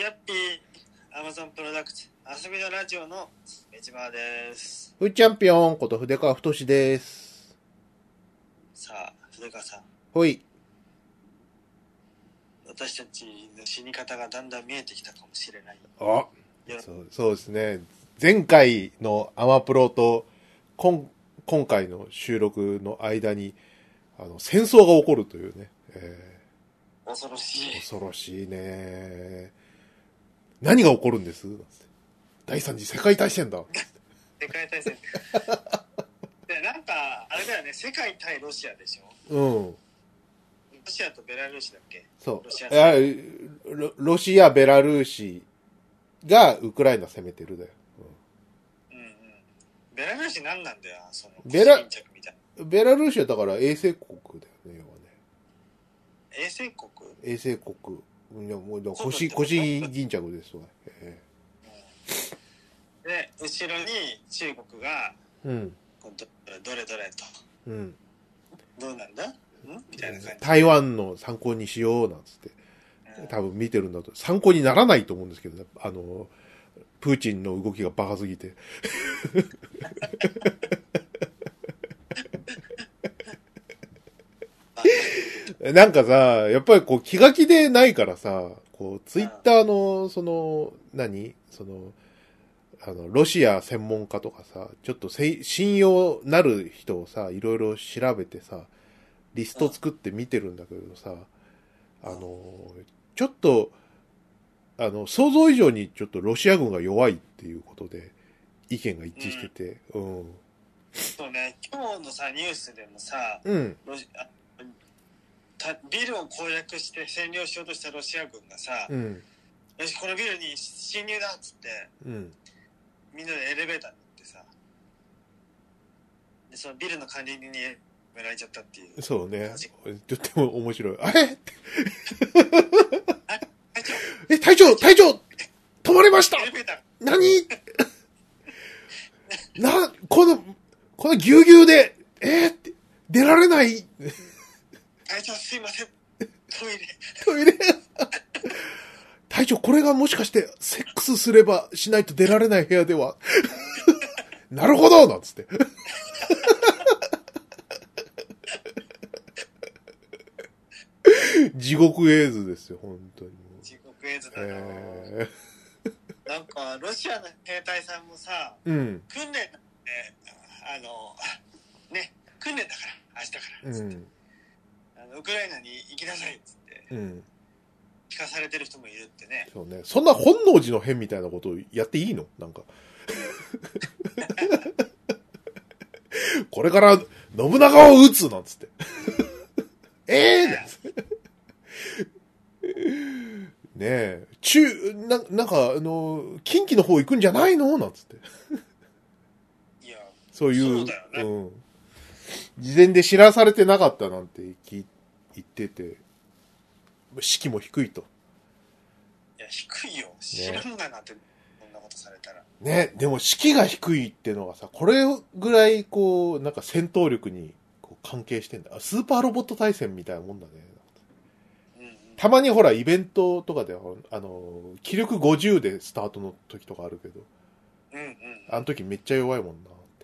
ヤッピー、アマゾンプロダクツ、遊びのラジオの市場です。 ふーチャンピオンこと筆川太です。 さあ、筆川さん。 ほい。 私たちの死に方がだんだん見えてきたかもしれない。 あ、そうですね。前回のアマプロと今回の収録の間に戦争が起こるというね。 恐ろしい。 恐ろしいね。何が起こるんです？第三次世界大戦だ。 世界大戦。で、なんか、あれだよね、世界対ロシアでしょ？ うん。 ロシアとベラルーシだっけ？ そう。 ロシア、ベラルーシがウクライナ攻めてるだよ。 うんうん。ベラルーシ何なんだよ、その、 ベラルーシはだから衛星国だよね、要はね。 衛星国？ 衛星国。いや、もう、腰巾着ですわ。 で、後ろに中国が、 うん。 どれと。 うん。 どうなんだ？みたいな感じ。 台湾の参考にしよう、なんつって。多分見てるんだと。参考にならないと思うんですけどね。プーチンの動きがバカすぎて。なんかさ、やっぱりこう気が気でないからさ、こうツイッターのロシア専門家とかさ、ちょっと信用なる人をさ、いろいろ調べてさ、リスト作って見てるんだけどさ、ちょっと、想像以上にちょっとロシア軍が弱いっていうことで、意見が一致してて、 そうね、今日のさ、ニュースでもさ、ビルを攻略して占領しようとしたロシア軍がさ、よし、このビルに侵入だっつって、みんなでエレベーターに乗ってさ、でそのビルの管理人に埋められちゃったっていう。 そうね。とっても面白い。あれ隊長止まれました何このぎゅうぎゅうで、出られない隊長すいません。 トイレ隊長、これがもしかしてセックスすればしないと出られない部屋ではなるほどなんつって地獄絵図ですよ、本当に。 地獄絵図だな、なんかロシアの兵隊さんもさ、訓練ね、訓練だから明日からっつって、ウクライナに行きなさいっつって、聞かされてる人もいるってね。 そうね。そんな本能寺の変みたいなことをやっていいの？なんかこれから信長を撃つなんつってねえ、なんか近畿の方行くんじゃないのなんつっていや、 そういう、 そうだよね。 事前で知らされてなかったなんて言ってて、士気も低いと。 いや、低いよ。知らんがなって、こんなことされたら。 ね、でも士気が低いっていうのがさ、これぐらいこう、なんか戦闘力にこう関係してんだ。スーパーロボット対戦みたいなもんだね。たまにほら、イベントとかでは、気力50でスタートの時とかあるけど、あの時めっちゃ弱いもんなって。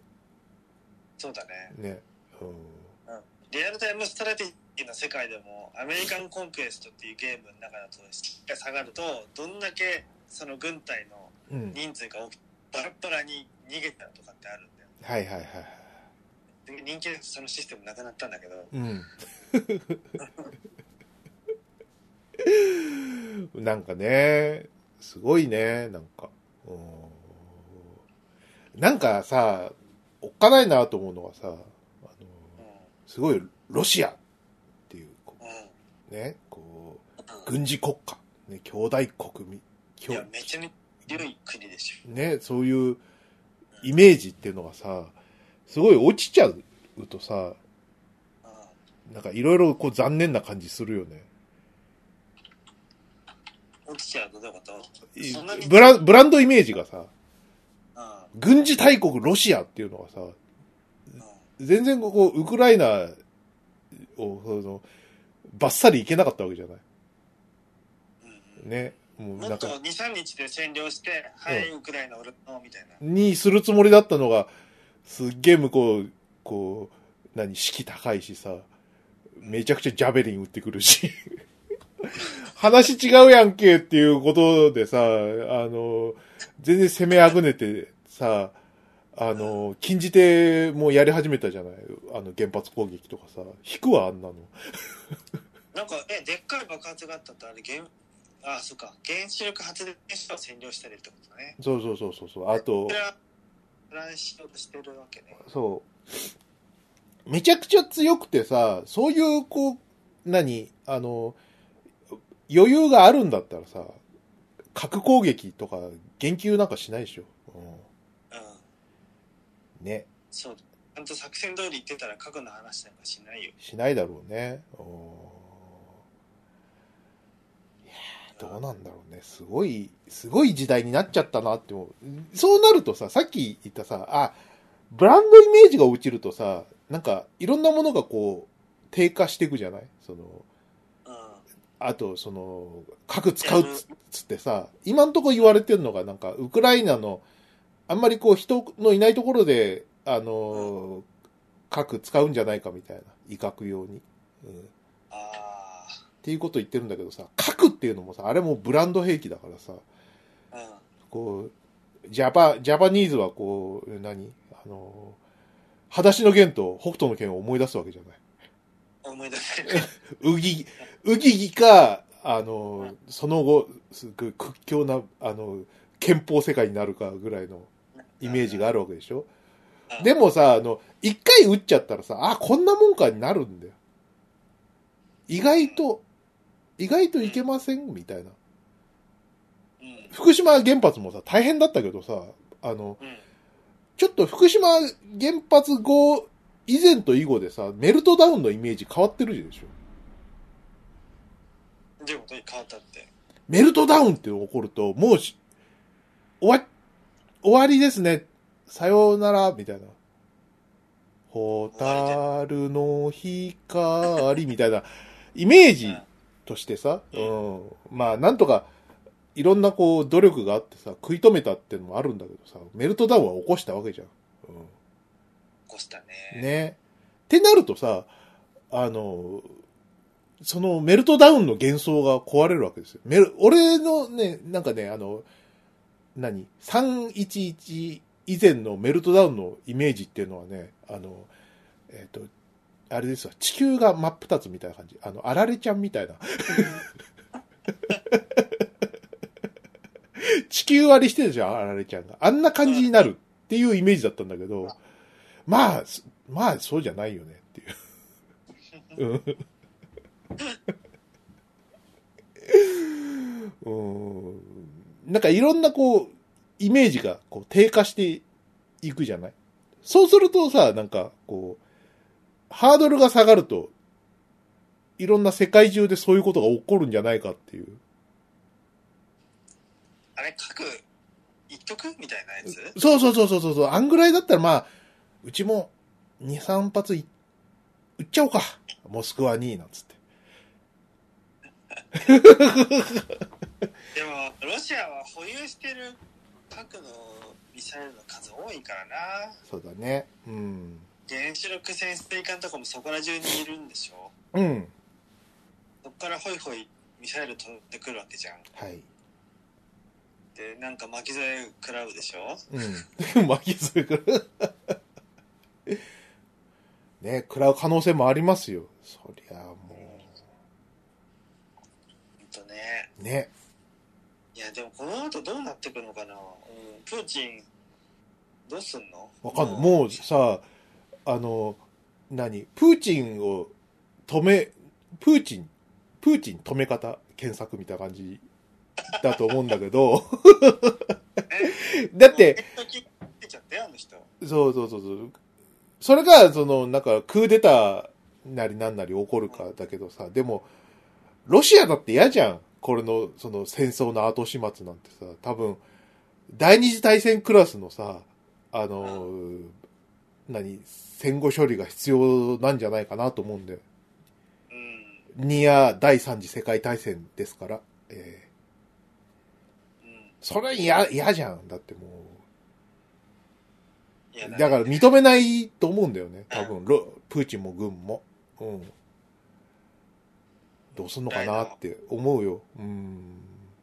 そうだね。 ね。 リアルタイムストラテジーの世界でもアメリカンコンクエストっていうゲームの中だと士気が下がるとどんだけその軍隊の人数がバラバラに逃げたとかってあるんだよ。 はいはいはい。 で人気でそのシステムなくなったんだけど。 なんかね、すごいね、なんか。なんかさ、おっかないなと思うのはさ、すごいロシアっていう、ね、こう、軍事国家、ね、兄弟国民、 いや、めちゃめちゃ強い国でしょ。 ね、そういうイメージっていうのがさ、すごい落ちちゃうとさ、なんかいろいろこう残念な感じするよね。 落ちちゃうとどういうこと？ ブランドイメージがさ、軍事大国ロシアっていうのがさ、全然こうウクライナをバッサリいけなかったわけじゃない。ね。 もっと2、3日で占領して、はい、ウクライナ俺の、みたいな。 にするつもりだったのが、すっげえ向こう、こう、士気高いしさ、めちゃくちゃジャベリン撃ってくるし。話違うやんけっていうことでさ、全然攻めあぐねてさ、禁じ手もやり始めたじゃない。原発攻撃とかさ、引くわ、あんなの。 なんか、でっかい爆発があったってあれ、そっか、原子力発電所を占領したりってことね。 そう。あと、 乱しようとしてるわけね。 そう。めちゃくちゃ強くてさ、そういう、こう、余裕があるんだったらさ、核攻撃とか言及なんかしないでしょ。ね。 そう。ちゃんと作戦通り言ってたら核の話なんかしないよ。 しないだろうね。いやどうなんだろうね。すごい時代になっちゃったなって思う。そうなるとさ、さっき言ったさ、ブランドイメージが落ちるとさ、なんか、いろんなものがこう、低下していくじゃないあと、核使うっつってさ、今んとこ言われてるのが、なんか、ウクライナの、あんまりこう、人のいないところで、核使うんじゃないかみたいな、威嚇用に。っていうことを言ってるんだけどさ、核っていうのもさ、あれもブランド兵器だからさ、こう、ジャパニーズはこう、裸足の弦と北斗の拳を思い出すわけじゃない。 思い出せる。 うぎぎか、その後、すごい屈強な、憲法世界になるかぐらいのイメージがあるわけでしょ。でもさ、一回撃っちゃったらさ、こんなもんかになるんだよ。意外といけませんみたいな。福島原発もさ、大変だったけどさ、ちょっと福島原発後、以前と以後でさ、メルトダウンのイメージ変わってるでしょ。 どういうことに変わったって。 メルトダウンって起こると、もう終わりですね。さようなら、みたいな。ホタルの光、みたいな、イメージとしてさ、まあ、なんとか、いろんなこう、努力があってさ、食い止めたっていうのもあるんだけどさ、メルトダウンは起こしたわけじゃん。起こしたね。 ね。ってなるとさ、そのメルトダウンの幻想が壊れるわけですよ。俺のね、なんかね、311以前のメルトダウンのイメージっていうのはね、あれですわ、地球が真っ二つみたいな感じ。あられちゃんみたいな。地球割りしてるでしょ、あられちゃんが。あんな感じになるっていうイメージだったんだけど、まあそうじゃないよねっていう。なんかいろんなこう、イメージがこう低下していくじゃない。そうするとさ、なんかこう、ハードルが下がると、いろんな世界中でそういうことが起こるんじゃないかっていう。 あれ、核、言っとくみたいなやつ？ そう。あんぐらいだったらまあ、うちも2、3発撃っちゃおうか。モスクワに、なんつって。 でも、ロシアは保有してる核のミサイルの数多いからな。 そうだね。 原子力潜水艦とかもそこら中にいるんでしょ。そっからホイホイミサイル飛んでくるわけじゃん。 はい。 で、なんか巻き添え食らうでしょ。 巻き添え食らう。ね、食らう可能性もありますよ。そりゃもう。ね。 いや、でもこの後どうなってくのかな。プーチン、どうすんの？ わかんない。もうさ、プーチンをプーチン止め方検索みたいな感じだと思うんだけど。だって、そう。それが、なんか、クーデターなりなんなり起こるかだけどさ、でも、ロシアだって嫌じゃん。これの、戦争の後始末なんてさ、多分、第二次大戦クラスのさ、戦後処理が必要なんじゃないかなと思うんだよ。ニア第三次世界大戦ですから。 それ嫌じゃん。だってもう。 いやだから認めないと思うんだよね。多分、プーチンも軍も。うん。どうすんのかなって思うよ。うん。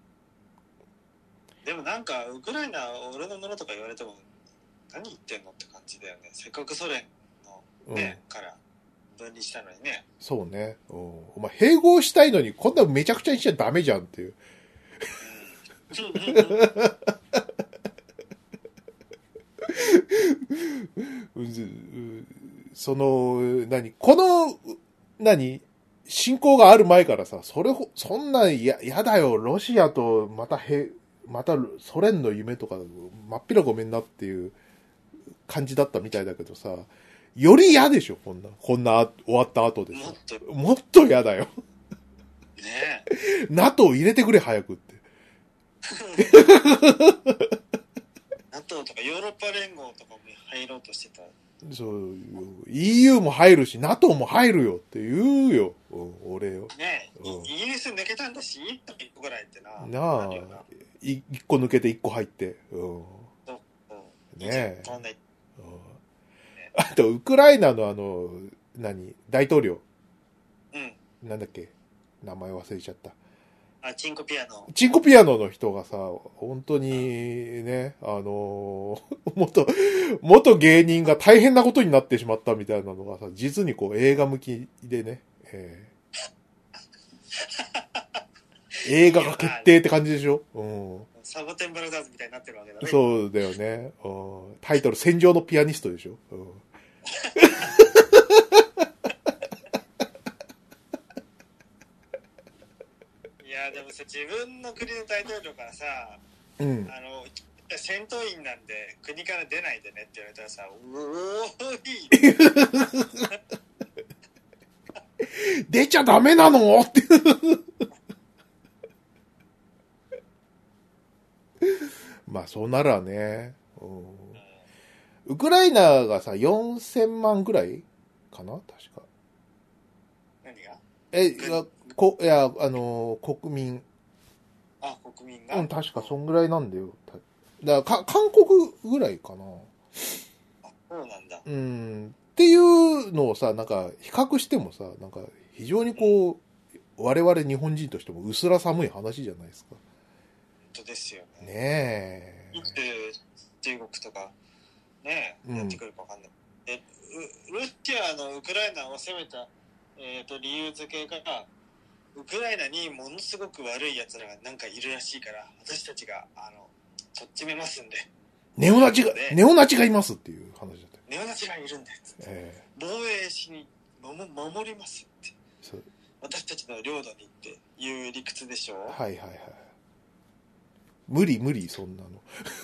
でもなんか、ウクライナ俺のものとか言われても、何言ってんのって感じだよね。せっかくソ連のね、から分離したのにね。 そうね。お前併合したいのにこんなめちゃくちゃにしちゃダメじゃんっていう。その、侵攻がある前からさ、そんなやだよ、ロシアとまたソ連の夢とか、まっぴらごめんなっていう感じだったみたいだけどさ、より嫌でしょ、こんな終わった後でさ。もっと嫌だよ。 ねえ。NATO 入れてくれ、早くって。 NATO とかヨーロッパ連合とかも入ろうとしてた。 そう、EU も入るし、NATO も入るよって言うよ、俺よ。 ねえ、イギリス抜けたんだし、1個ぐらいってな。 なあ、1個抜けて1個入って。ねえ。あと、ウクライナの大統領。 うん。 なんだっけ、名前忘れちゃった。 チンコピアノの人がさ、本当にね、元芸人が大変なことになってしまったみたいなのがさ、実にこう映画向きでね、映画が決定って感じでしょ。うん。 サボテンブラザーズみたいになってるわけだね。 そうだよね。タイトル、戦場のピアニストでしょ。うんいやでもさ、自分の国の大統領からさ、 うん、 戦闘員なんで国から出ないでねって言われたらさ、 出ちゃダメなのってまあそうならね、ウクライナがさ4000万ぐらいかな、確か。 何が？ 国民。 国民が？ うん、確かそんぐらいなんだよ。だから韓国ぐらいかな。 そうなんだ。 っていうのをさ、なんか比較してもさ、なんか非常にこう、我々日本人としても薄ら寒い話じゃないですか。 本当ですよね。 ねえ。 いつ中国とかねやってくるかわかんない。ロシアのウクライナを攻めた、理由付けが、ウクライナにものすごく悪い奴らがなんかいるらしいから、私たちがとっちめますんで。 ネオナチがいますっていう話だった。 ネオナチがいるんだっつって、防衛しに守りますって。そう。私たちの領土にっていう理屈でしょ。 はいはいはい。無理そんなの。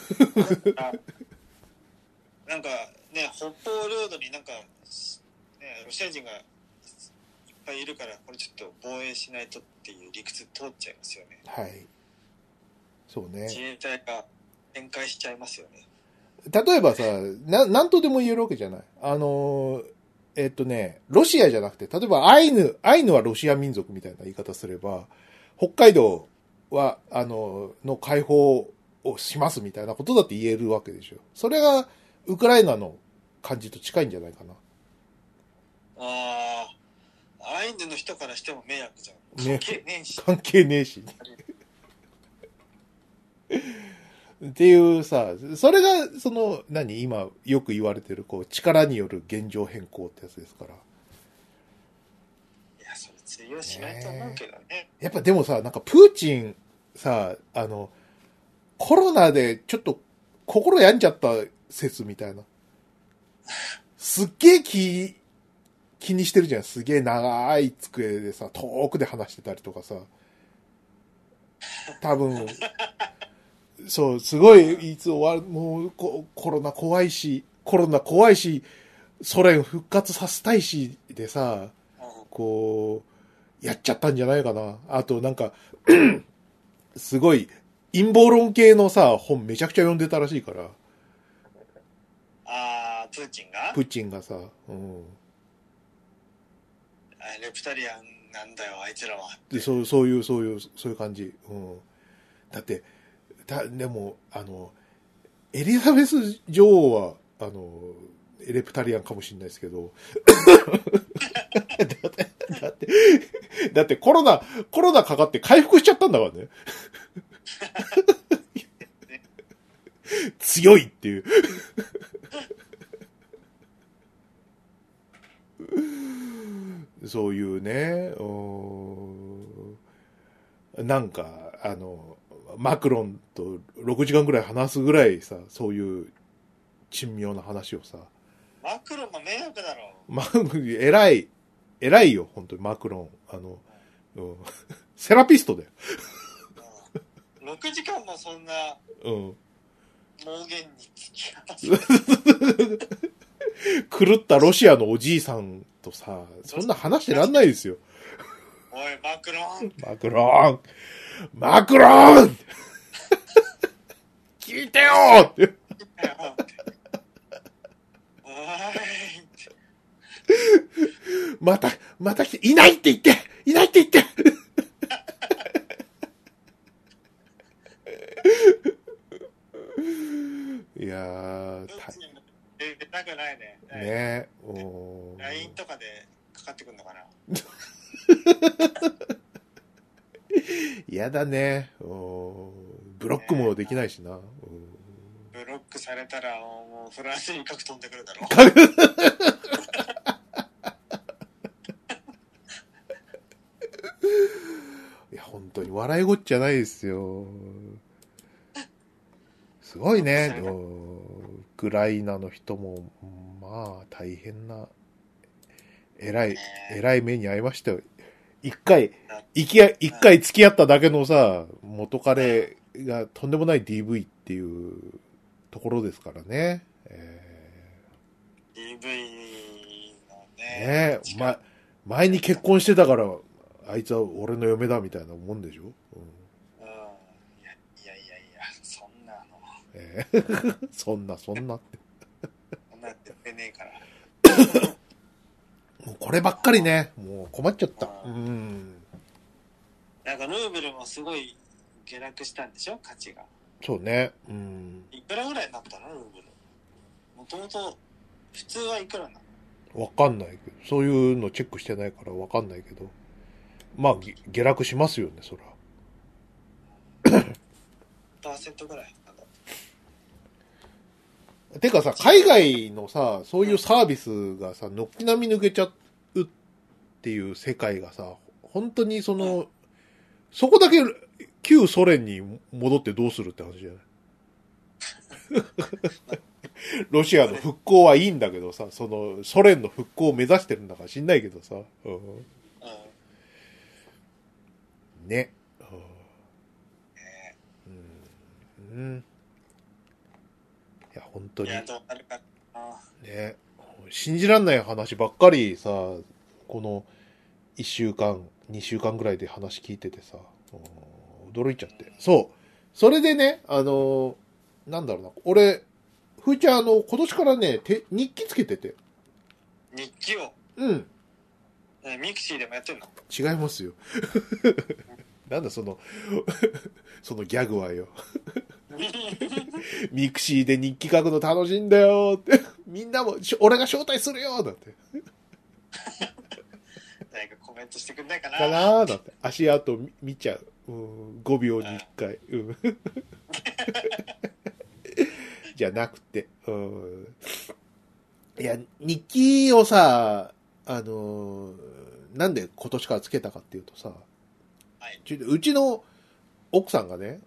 なんかね、北方領土になんかねロシア人がいっぱいいるから、これちょっと防衛しないとっていう理屈通っちゃいますよね。 はい。そうね。 自衛隊が展開しちゃいますよね。 例えばさ、なんとでも言えるわけじゃない。ロシアじゃなくて、例えばアイヌはロシア民族みたいな言い方すれば、北海道は、の解放をしますみたいなことだって言えるわけでしょ。それが、ウクライナの感じと近いんじゃないかな。 アイヌの人からしても迷惑じゃん。 関係ねえし。関係ねえし。っていうさ、それが、今よく言われてる、こう、力による現状変更ってやつですから。いや、それ通用しないと思うけどね。 やっぱでもさ、なんかプーチンさ、コロナでちょっと心病んじゃった説みたいな。すっげえ気にしてるじゃん。すげえ長い机でさ、遠くで話してたりとかさ。多分、そう、すごい、いつ終わる、もうコロナ怖いし、ソ連復活させたいし、でさ、こう、やっちゃったんじゃないかな。あとなんか、すごい、陰謀論系のさ、本めちゃくちゃ読んでたらしいから。 プーチンがさ、うん。 レプタリアンなんだよ、あいつらは。 で、そういう感じ。うん。だって、 でも、エリザベス女王は、エレプタリアンかもしれないですけど、だってコロナかかって回復しちゃったんだからね。強いっていう。そういうね、なんか、マクロンと6時間ぐらい話すぐらいさ、そういう珍妙な話をさ。 マクロンも迷惑だろ。 偉いよ、本当にマクロン。セラピストだよ。 6時間もそんな、妄言に付き合わせ狂ったロシアのおじいさんとさ、そんな話してらんないですよ。 おい、マクロン聞いてよって。また来て、いないって言っていやー、 出たくないね。 ね。 LINE とかでかかってくるのかな。 嫌だね。ブロックもできないしな。 ブロックされたらもうフランスに核飛んでくるだろう。 いや、本当に笑いごっちゃないですよ。すごいね。ウクライナの人も、まあ、大変な、偉い目に遭いましたよ。一回付き合っただけのさ、元彼がとんでもない DV っていうところですからね。 DV のね。前に結婚してたから、あいつは俺の嫁だみたいなもんでしょ。 いや、そんなの。 そんなって。 そんなって出ねえから。 もうこればっかりね、もう困っちゃった。 なんかルーブルもすごい下落したんでしょ、価値が。 そうね。 いくらぐらいになったのルーブル。もともと普通はいくらなの？ わかんないけど、そういうのチェックしてないからわかんないけど、まあ下落しますよね、そら。 %ぐらいなんだ。 てかさ、海外のさ、そういうサービスがさ、軒並み抜けちゃうっていう世界がさ、本当にそこだけ旧ソ連に戻ってどうするって話じゃないロシアの復興はいいんだけどさ、そのソ連の復興を目指してるんだから知んないけどさ。ね。いや、本当に。 いや、どうなるかな。 ね。信じらんない話ばっかりさ、この1週間、2週間ぐらいで話聞いててさ、驚いちゃって。そう。それでね、なんだろうな。俺、ふーちゃん今年からね、日記つけてて。 日記をミクシーでもやってんの？ 違いますよ。なんだそのギャグはよ。ミクシーで日記書くの楽しいんだよって。みんなも、俺が招待するよだって。 誰かコメントしてくんないかなだって。足跡見ちゃう。5秒に1回。じゃなくて。いや、日記をさ、なんで今年からつけたかっていうとさ、うちの奥さんがね、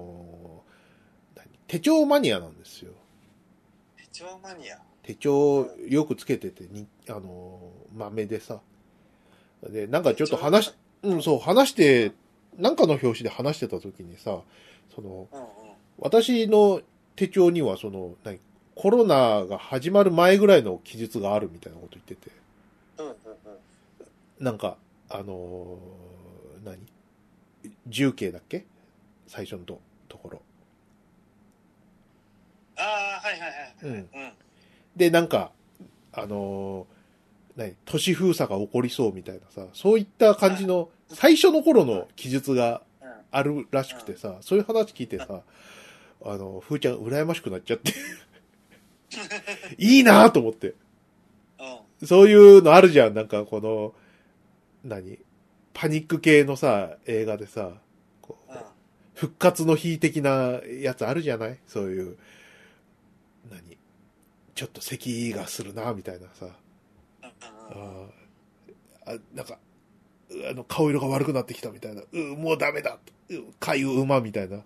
手帳マニアなんですよ。 手帳マニア？ 手帳よくつけてて、豆でさ。で、なんかちょっと話して、なんかの表紙で話してた時にさ、私の手帳にはコロナが始まる前ぐらいの記述があるみたいなこと言ってて。なんか、重慶だっけ？最初のところ。 はい。 で、なんか、都市封鎖が起こりそうみたいなさ、そういった感じの最初の頃の記述があるらしくてさ、そういう話聞いてさ、ふーちゃん羨ましくなっちゃって。いいなと思って。そういうのあるじゃん。なんかこの、パニック系のさ、映画でさ、こう復活の日的なやつあるじゃない？そういう、ちょっと咳がするな、みたいなさ。なんか、顔色が悪くなってきたみたいな。もうダメだ。かゆ馬みたいな。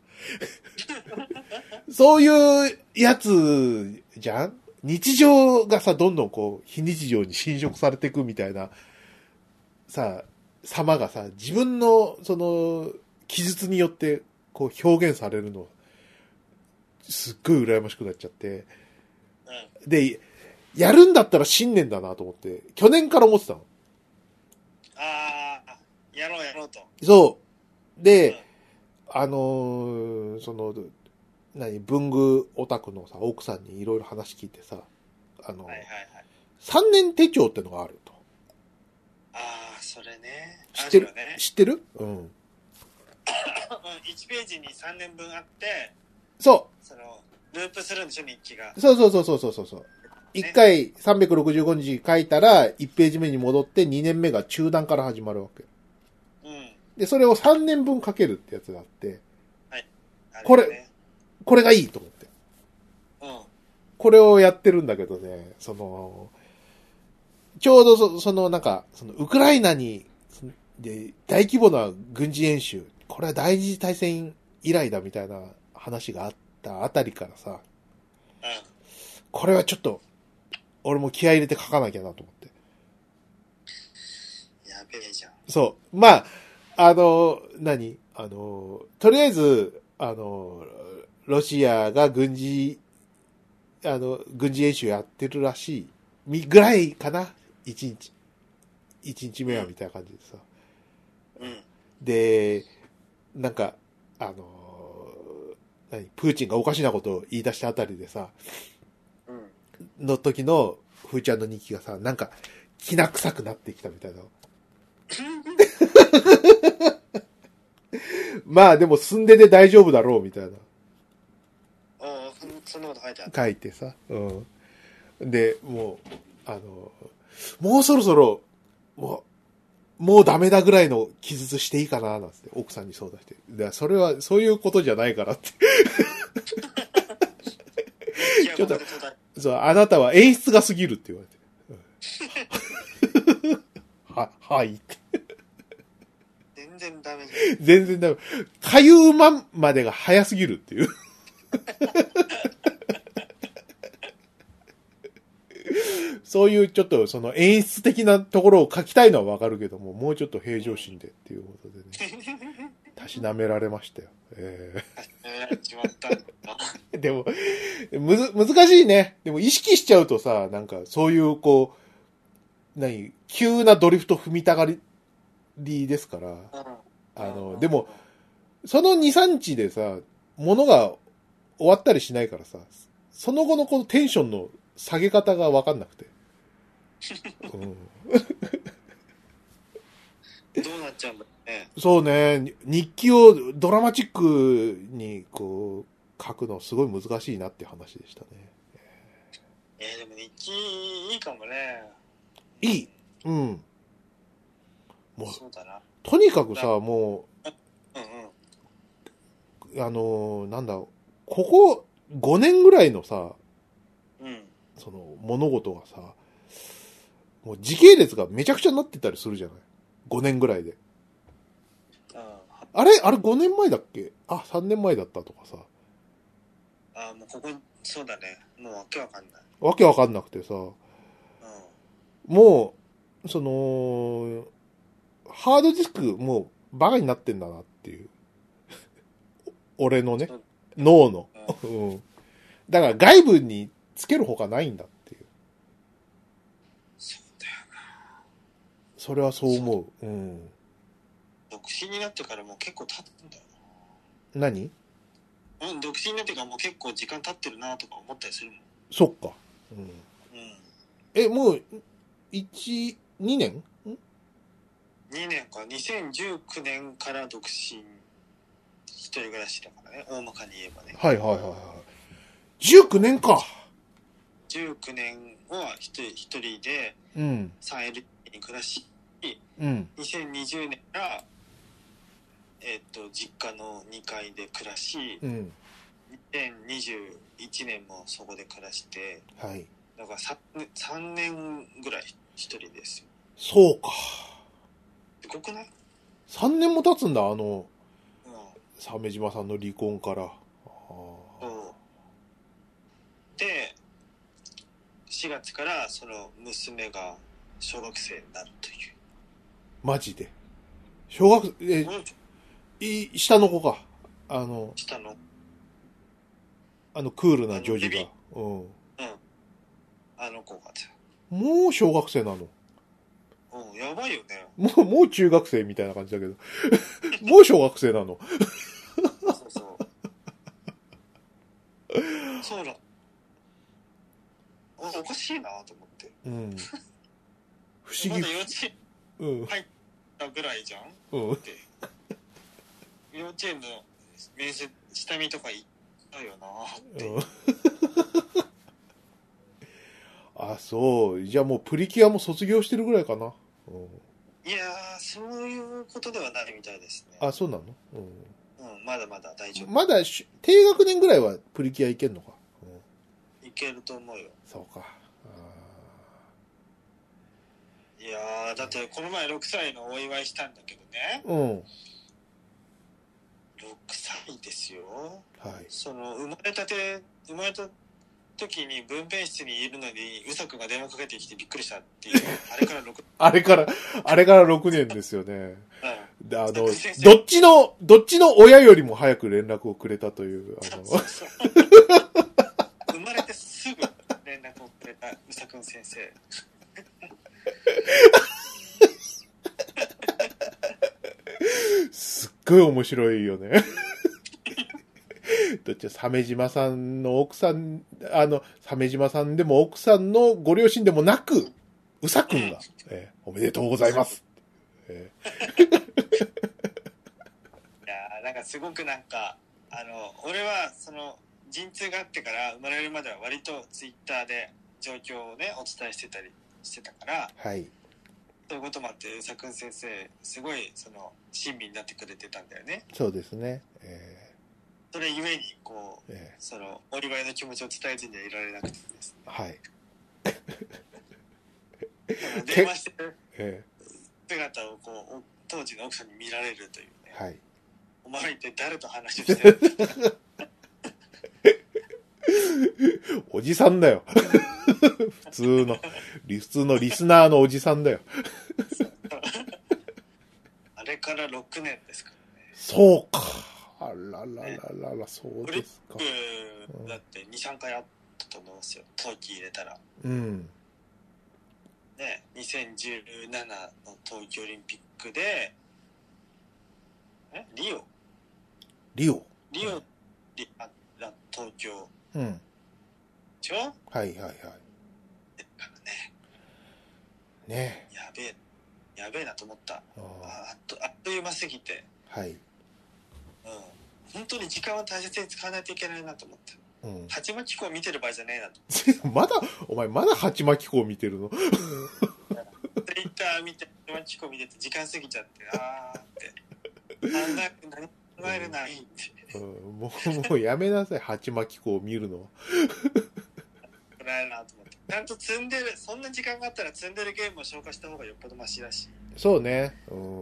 そういうやつじゃん？日常がさ、どんどんこう、非日常に侵食されていくみたいな、さ、様がさ、自分の、その、記述によって、こう、表現されるの、すっごい羨ましくなっちゃって。で、やるんだったら新年だなと思って、去年から思ってたの。 やろうやろうと。 そう。で、文具オタクのさ、奥さんにいろいろ話聞いてさ、3年手帳ってのがあると。 それね。 知ってる？知ってる？うん。 1ページに3年分あって、 そう。 ループするんでしょ、日記が。 そう。1回365日書いたら、1ページ目に戻って2年目が中段から始まるわけ。で、それを3年分書けるってやつがあって、これがいいと思って。これをやってるんだけどね、ちょうどウクライナに、で、大規模な軍事演習、これは第二次大戦以来だみたいな話があったあたりからさ、これはちょっと、俺も気合い入れて書かなきゃなと思って。 やべえじゃん。 そう。まあ、とりあえず、ロシアが軍事演習やってるらしい、ぐらいかな、一日目はみたいな感じでさ。で、なんか、プーチンがおかしなことを言い出したあたりでさ、の時の、ふーちゃんの日記がさ、なんか、きな臭くなってきたみたいな。まあでも住んでて大丈夫だろうみたいな。 そんなこと書いてある。 書いてさ。で、もうそろそろ、もうダメだぐらいの記述していいかななんつって奥さんに相談して。それは、そういうことじゃないからって。ちょっと、そう、あなたは演出が過ぎるって言われて。はいって。 全然ダメじゃん。 全然ダメ。かゆうままでが早すぎるっていう。そういうちょっとその演出的なところを書きたいのはわかるけども、もうちょっと平常心でっていうことでね。たしなめられましたよ。でも、難しいね。でも意識しちゃうとさ、なんかそういうこう、急なドリフト踏みたがりですから、でも、その2、3日でさ、物が終わったりしないからさ、その後のこのテンションの下げ方がわかんなくて。 どうなっちゃうんだね。 そうね、日記をドラマチックにこう書くのすごい難しいなっていう話でしたね。 でも日記いいかもね。 いい。うん。もう、 そうだな。 とにかくさ、もう、 なんだ、ここ5年ぐらいのさ、その物事がさ、もう時系列がめちゃくちゃになってたりするじゃない ?5 年ぐらいで。あれ5年前だっけ？3年前だったとかさ。 もうここ、そうだね。もうわけわかんない。 わけわかんなくてさ、もう、ハードディスクもうバカになってんだなっていう。俺のね、脳の。だから外部につけるほかないんだっていう。 そうだよな。 それはそう思う。 独身になってからもう結構経ってんだよな。何？ 独身になってからもう結構時間経ってるなとか思ったりするもん。 そっか。もう、2年？ 2年か。2019年から独身。 一人暮らしだからね、大まかに言えばね。 はいはいはいはい。19年か。 19年は一人で、 うん。 3LDK に暮らし、 うん。 2020年から、実家の2階で暮らし、 うん。 2021年もそこで暮らして、 はい。 だから 3年ぐらい一人ですよ。 そうか。 すごくない？ 3年も経つんだ、 うん。 鮫島さんの離婚から。 で、4月からその娘が小学生になるという。 マジで。小学、下の子か。 下の。 クールな女児が。うん。 あの子が。 もう小学生なの。 うん、やばいよね。 もう中学生みたいな感じだけど。もう小学生なの。 そうそう。そうだ。おかしいなと思って。 うん。不思議。 まだ幼稚園入ったぐらいじゃん、 うん。 って幼稚園の面接下見とか行ったよなって、うん、 あ、そう。じゃあもうプリキュアも卒業してるぐらいかな。うん、 いやー、そういうことではないみたいですね。 あ、そうなの？うん。 うん、まだまだ大丈夫。 まだ低学年ぐらいはプリキュアいけんのか。 うん、いけると思うよ。 そうか。 いやー、だってこの前6歳のお祝いしたんだけどね。 うん。 6歳ですよ。 はい。 その生まれた時に分娩室にいるのにうさくんが電話かけてきてびっくりしたっていうあれから6 あれから6年ですよね。うん、どっちの親よりも早く連絡をくれたという。 そう生まれてすぐ連絡をくれたうさくん先生。 すっごい面白いよね。どっち鮫島さんの奥さん、鮫島さんでも奥さんのご両親でもなく、うさくんが、おめでとうございます。いやー、なんかすごくなんか、俺はその陣痛があってから生まれるまでは割とツイッターで状況をね、お伝えしてたりしてたから、 はい。 そういうこともあって、うさくん先生、すごいその親身になってくれてたんだよね。 そうですね。 それゆえにこう、そのお祝いの気持ちを伝えずにはいられなくてですね。 はい。 電話してる姿をこう当時の奥さんに見られるというね。はい。お前って誰と話をしてるおじさんだよ。普通のリスナーのおじさんだよ。 あれから6年ですからね。 そうか。あらららら、そうですか。 だって2、3回あったと思うんですよ。冬季入れたら。 うん。 ね、2017の冬季オリンピックで、リオ、東京。 うん。 でしょ？ はいはいはい。だからね。 ね。 やべえなと思った。あっという間すぎて。はい。本当に時間を大切に使わないといけないなと思った。鉢巻き子を見てる場合じゃねえなとお前まだ鉢巻き子を見てるの？ ツイッター見て、鉢巻き子を見てて時間過ぎちゃって、何考えるないって。 もうやめなさい、鉢巻き子を見るのは。 暗いなと思って。ちゃんと積んでる、そんな時間があったら積んでるゲームを消化した方がよっぽどマシだし。 そうね。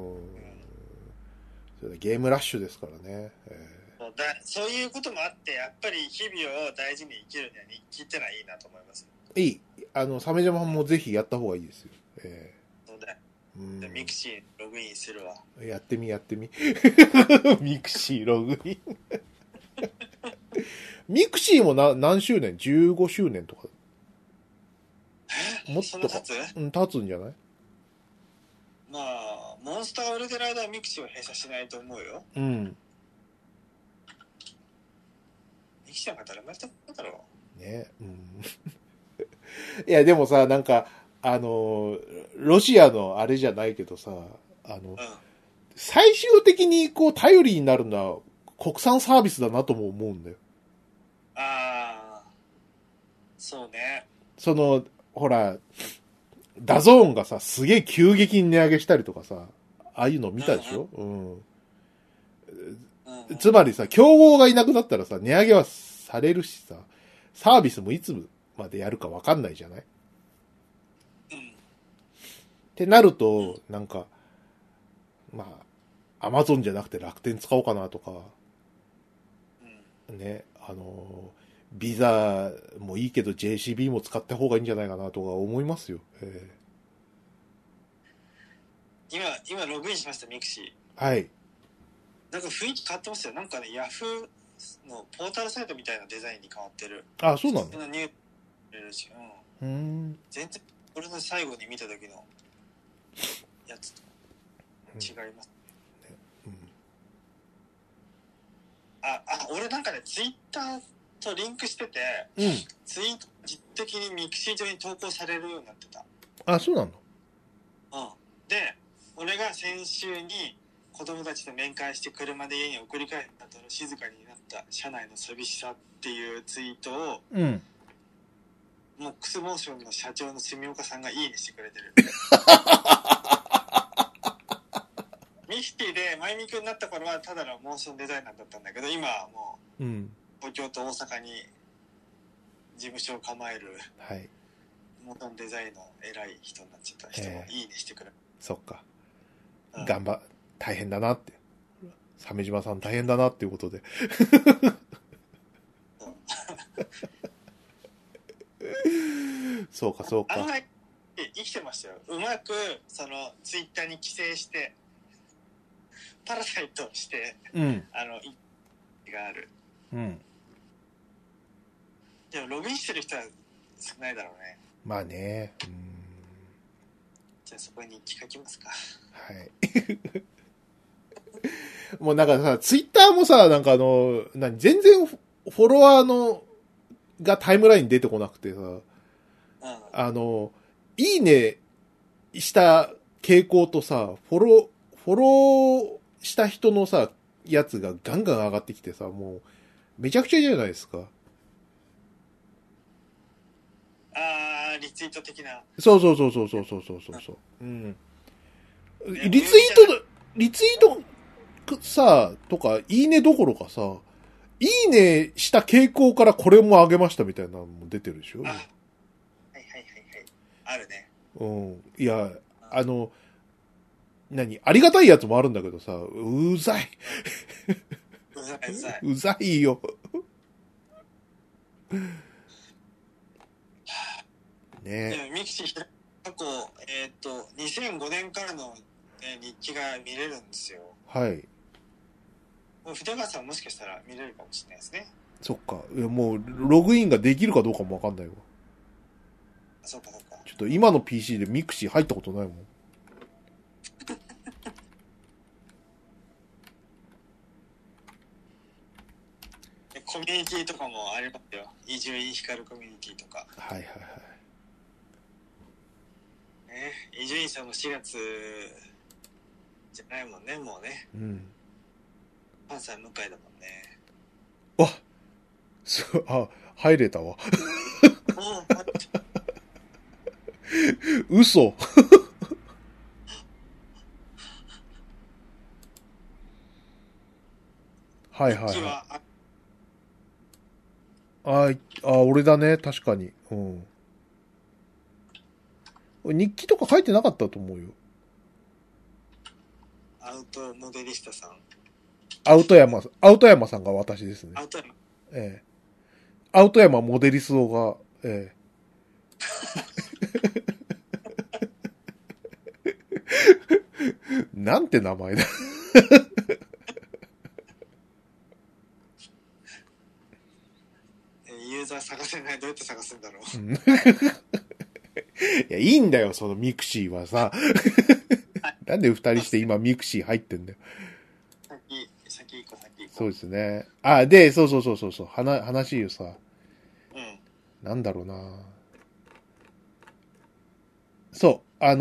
ゲームラッシュですからね。 そういうこともあって、やっぱり日々を大事に生きるには日記ってのはいいなと思います。 いい。鮫島さんもぜひやった方がいいですよ。 そうだよ。ミクシーログインするわ。 やってみ。ミクシーログイン。ミクシーも何周年 ?15 周年とか。 もっと経つ？ 経つんじゃない？ まあ、モンスター売れてる間はミクシーは閉鎖しないと思うよ。 うん。 ミクシーなんか誰もやったことだろう。ね。うん。いや、でもさ、なんか、ロシアのあれじゃないけどさ、最終的にこう頼りになるのは国産サービスだなとも思うんだよ。 ああ、そうね。 ほら、ダゾーンがさ、すげえ急激に値上げしたりとかさ、ああいうの見たでしょ？つまりさ、競合がいなくなったらさ、値上げはされるしさ、サービスもいつまでやるかわかんないじゃない？ってなると、なんか、まあ、アマゾンじゃなくて楽天使おうかなとか、ね、ビザもいいけど JCB も使った方がいいんじゃないかなとか思いますよ。 今ログインしました、ミクシー。はい。 なんか雰囲気変わってますよ。なんかね、ヤフーのポータルサイトみたいなデザインに変わってる。 あ、そうなの？ 全然、俺の最後に見た時のやつと違います。俺なんかね、ツイッターとリンクしてて、ツイート実的にミクシー上に投稿されるようになってた。 あ、そうなの？ で、俺が先週に子供たちと面会して車で家に送り帰った後の静かになった車内の寂しさっていうツイートを、モックスモーションの社長の住岡さんがいいねしてくれてる。ミキティでマイミクになった頃はただのモーションデザイナーだったんだけど、今はもう、東京と大阪に事務所を構える、モーションデザインの偉い人になっちゃった人もいいねしてくれる。 そっか。大変だなって。鮫島さん大変だなっていうことで。そうかそうか。 案外生きてましたよ。うまくそのツイッターに寄生してパラサイトして、がある。でもログインしてる人は少ないだろうね。 まあね。 じゃあそこに日記書きますか。 はい。もうなんかさ、ツイッターもさ、なんか全然フォロワーがタイムラインに出てこなくてさ、いいねした傾向とさ、フォローした人のさ、やつがガンガン上がってきてさ、もう、めちゃくちゃじゃないですか。 リツイート的な。 そう。リツイートさ、とか、いいねどころかさ、いいねした傾向からこれも上げましたみたいなのも出てるでしょ？はい。 あるね。 いや、ありがたいやつもあるんだけどさ、うざい。うざいよ。 ね。ミキシー過去、2005年からの、日記が見れるんですよ。 はい。 筆川さんもしかしたら見れるかもしれないですね。 そっか。いやもう、ログインができるかどうかもわかんないわ。 そっか。 ちょっと今の PC でミクシー入ったことないもん。 コミュニティとかもありますよ。伊集院光コミュニティとか。 はい。 伊集院さんも4月じゃないもんね、もうね。関西向井だもんね。 入れたわ。嘘。はい。俺だね、確かに。日記とか書いてなかったと思うよ。 アウトモデリスタさん。 アウト山さんが私ですね。 アウト山。 アウト山モデリストが、なんて名前だ。 ユーザー探せない。どうやって探すんだろう。 いや、いいんだよ、そのミクシーはさ。なんで二人して今ミクシー入ってんだよ。 先行こう。 そうですね。で、そう。話よさ。なんだろうな。そう。ゲ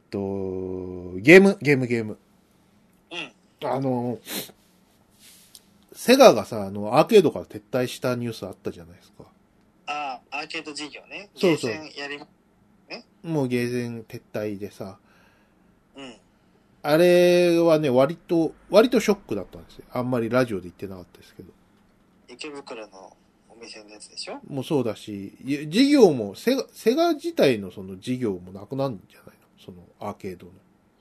ーム。 セガがさ、アーケードから撤退したニュースあったじゃないですか。 ああ、アーケード事業ね。 そうそう。 ゲーセンやり、ね。 もうゲーセン撤退でさ。 うん。 あれはね、割とショックだったんですよ。あんまりラジオで言ってなかったですけど。 池袋のお店のやつでしょ？ もうそうだし、事業も、セガ自体のその事業もなくなるんじゃないの？そのアーケードの。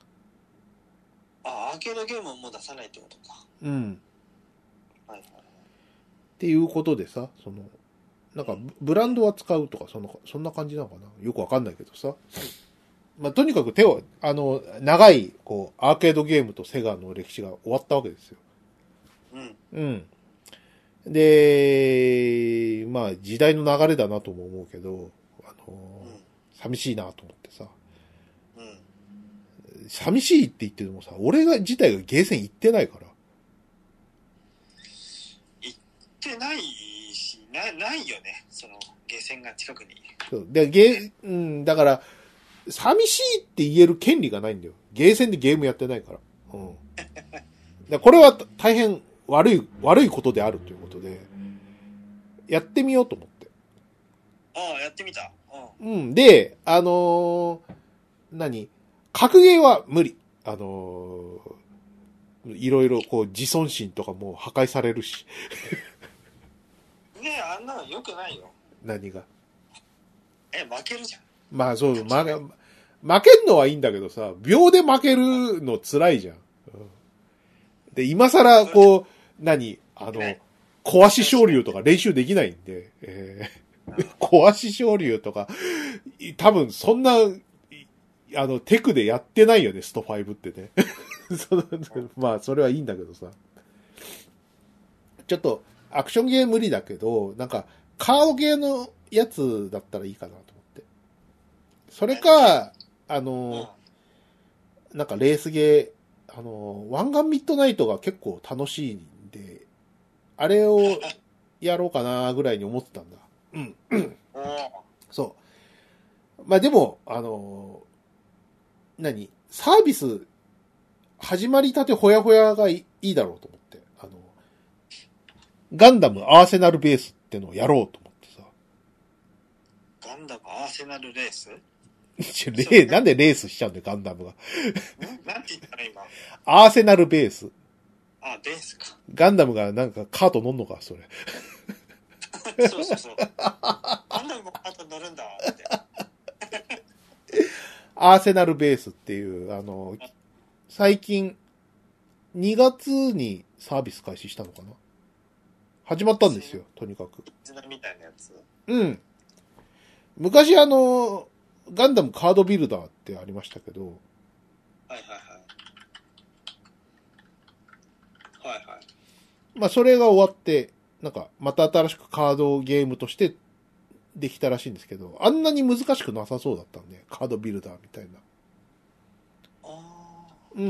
あ、アーケードゲームをもう出さないってことか。 うん。 はいはい。 っていうことでさ、なんかブランドは使うとか、そんな感じなのかな？よくわかんないけどさ。まあ、とにかく長い、アーケードゲームとセガの歴史が終わったわけですよ。 うん。 うん。で、まあ、時代の流れだなとも思うけど、寂しいなと思ってさ。 うん。 寂しいって言ってもさ、俺自体がゲーセン行ってないから。 行ってないし、ないよね。その、ゲーセンが近くに。 そうで、だから、寂しいって言える権利がないんだよ。ゲーセンでゲームやってないから。うん。でこれは大変悪いことであるということで、やってみようと思って。 ああ、やってみた。 うん。で、格ゲーは無理。いろいろ自尊心とかも破壊されるし。 ねえ、あんなの良くないよ。 何が。 負けるじゃん。 まあそう、負けんのはいいんだけどさ、秒で負けるの辛いじゃん。で、今更壊し昇竜とか練習できないんで、壊し昇竜とか、多分そんな、テクでやってないよね、スト5ってね。まあ、それはいいんだけどさ。ちょっと、アクションゲー無理だけど、なんか、カードゲーのやつだったらいいかなと思って。それか、なんかレースゲー、湾岸ミッドナイトが結構楽しいんで、あれをやろうかなぐらいに思ってたんだ。うん。そう。まあでも、サービス、始まりたてほやほやがいいだろうと思って。ガンダムアーセナルベースってのをやろうと思ってさ。 ガンダムアーセナルレース？ なんでレースしちゃうんだよ、ガンダムが。 なんて言ったら今。 アーセナルベース。 あ、ベースか。 ガンダムがなんかカート乗んのか、それ。 そう。ガンダムもカート乗るんだって。 アーセナルベースっていう、最近、2月にサービス開始したのかな？始まったんですよ、とにかく。 みたいなやつ？ うん。昔ガンダムカードビルダーってありましたけど。 はい。 まあ、それが終わって、なんか、また新しくカードゲームとしてできたらしいんですけど、あんなに難しくなさそうだったんで、カードビルダーみたいな。うん。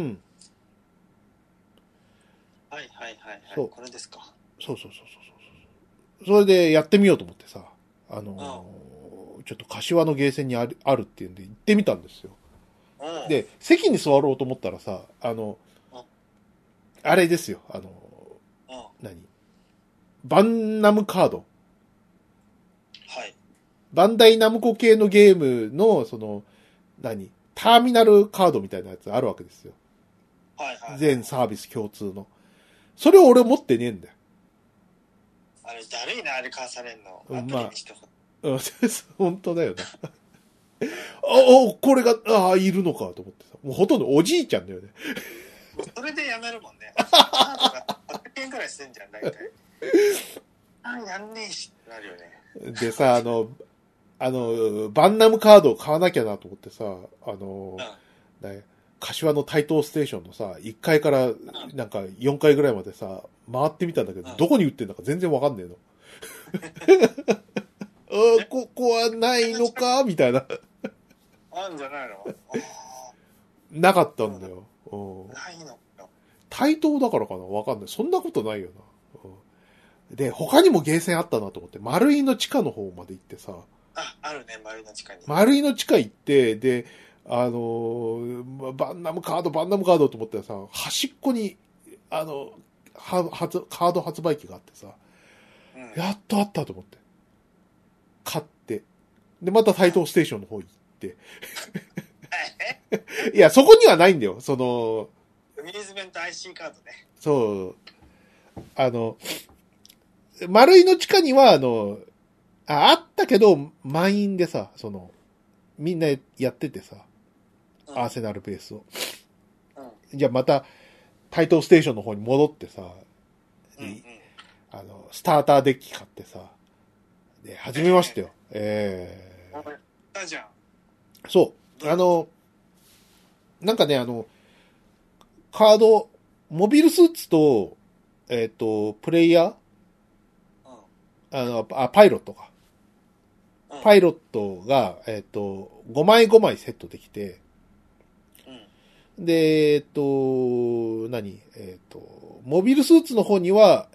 はい。 そう。 これですか。 そう。それでやってみようと思ってさ、ちょっと柏のゲーセンにあるっていうんで行ってみたんですよ。で、席に座ろうと思ったらさ、あれですよ、バンナムカード。 はい。 バンダイナムコ系のゲームの、ターミナルカードみたいなやつあるわけですよ。 はい。 全サービス共通の。それを俺持ってねえんだよ。 あれ、だるいな、あれ買わされんの。 まあ、本当だよな。これが、いるのかと思ってさ。もうほとんどおじいちゃんだよね。 それでやめるもんね。100円くらいしてんじゃん、大体。やんねえしってなるよね。 でさ、バンナムカードを買わなきゃなと思ってさ、柏の台東ステーションのさ、1階からなんか4階ぐらいまでさ、回ってみたんだけど、どこに売ってんだか全然わかんねえの。ここはないのかみたいな。 あんじゃないの？ なかったんだよ。 ないの？ 台東だからかなわかんない。そんなことないよな。で、他にもゲーセンあったなと思って、丸井の地下の方まで行ってさ。 あるね、丸井の地下に。 丸井の地下行って、で、バンナムカードと思ったらさ、端っこに、 カード発売機があってさ、やっとあったと思って。買って。で、また台東ステーションの方行って。いや、そこにはないんだよ。その、 アミューズメント IC カードね。 そう。丸井の地下には、あったけど、満員でさ、みんなやっててさ、アーセナルベースを。じゃあまた、台東ステーションの方に戻ってさ、スターターデッキ買ってさ、で、始めましたよ。 じゃん。 そう。なんかね、カード、モビルスーツと、プレイヤー、パイロットか。パイロットが、5枚5枚セットできて、で、モビルスーツの方には、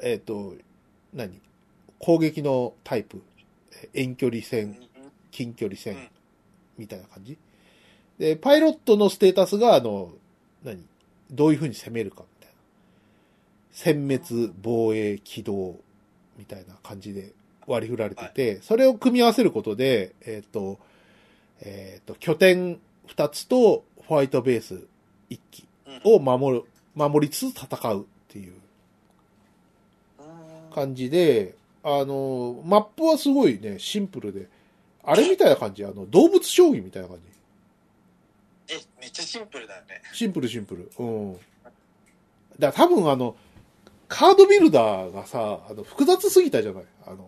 攻撃のタイプ、遠距離戦、近距離戦、みたいな感じ。で、パイロットのステータスが、どういう風に攻めるか、みたいな。殲滅、防衛、機動、みたいな感じで割り振られてて、それを組み合わせることで、拠点2つとホワイトベース1機を守りつつ戦うっていう感じで、マップはすごいね、シンプルで、あれみたいな感じ、動物将棋みたいな感じ。 めっちゃシンプルだね。 シンプル。うん。だから多分カードビルダーがさ、複雑すぎたじゃない。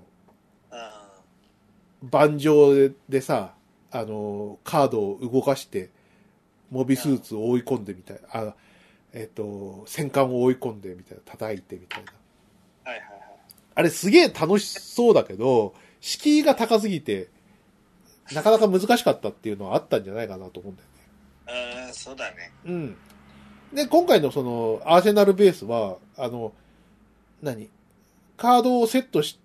盤上でさ、カードを動かして、モビスーツを追い込んでみたいな。戦艦を追い込んでみたいな。叩いてみたいな。あれすげえ楽しそうだけど、敷居が高すぎて、なかなか難しかったっていうのはあったんじゃないかなと思うんだよね。 そうだね。 うん。で、今回のアーセナルベースは、カードをセットして、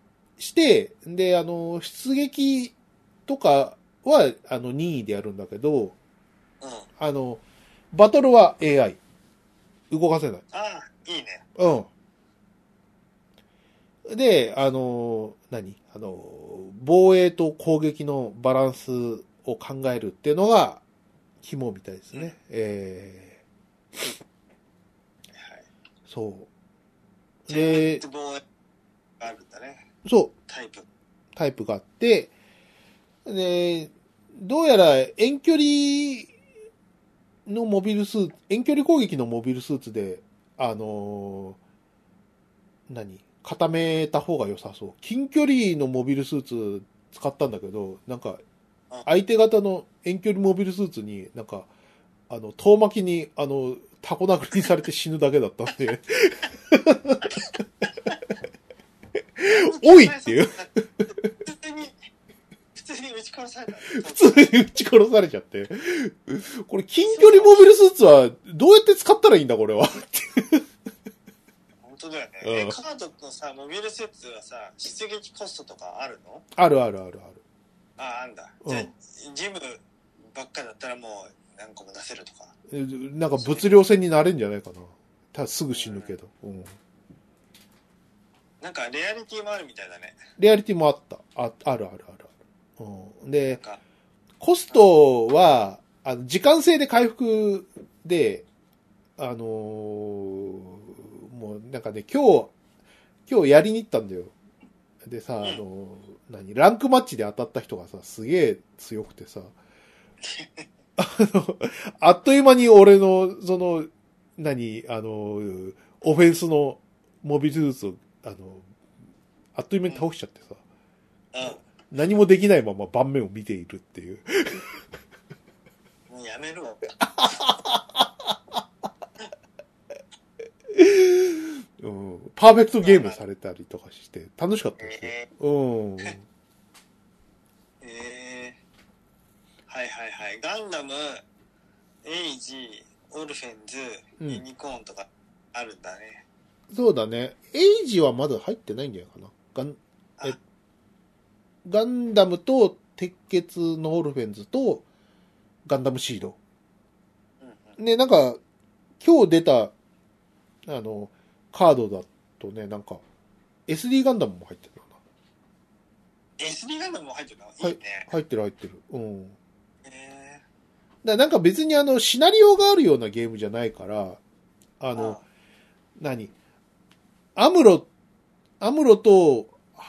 で、出撃とかは、任意でやるんだけど、バトルは AI。動かせない。 いいね。 うん。で、防衛と攻撃のバランスを考えるっていうのが肝みたいですね。そう。で、 防衛があるんだね。 そう。タイプがあって、で、どうやら遠距離のモビルスーツ、遠距離攻撃のモビルスーツで、固めた方が良さそう。近距離のモビルスーツ使ったんだけど、なんか、相手方の遠距離モビルスーツになんか、遠巻きに、タコ殴りにされて死ぬだけだったんで。おいっていう。 普通に撃ち殺された。 普通に撃ち殺されちゃって。これ近距離モビルスーツはどうやって使ったらいいんだこれは。 本当だよね。カードのさ、モビルスーツはさ、出撃コストとかあるの？ ある。 あんだ。じゃあ、ジムばっかだったらもう何個も出せるとか。 なんか物量戦になれんじゃないかな。ただすぐ死ぬけど。 なんかレアリティもあるみたいだね。 レアリティもあった。ある。で、コストは、時間制で回復で、もうなんかね、今日やりに行ったんだよ。でさ、ランクマッチで当たった人がさ、すげえ強くてさ、あっという間に俺の、オフェンスのモビルスーツを、あっという間に倒しちゃってさ、何もできないまま盤面を見ているっていう。 もうやめろ。 パーフェクトゲームされたりとかして楽しかったですよ。 はい。ガンダム、エイジ、オルフェンズ、ユニコーンとかあるんだね。 そうだね。エイジはまだ入ってないんじゃないかな。ガンダムと鉄血のオルフェンズとガンダムシード。で、なんか、今日出た、カードだね、なんか、SD ガンダムも入ってるよな。SD ガンダムも入ってるの？いいね。 入ってる。うん。なんか別にシナリオがあるようなゲームじゃないから、何アムロと、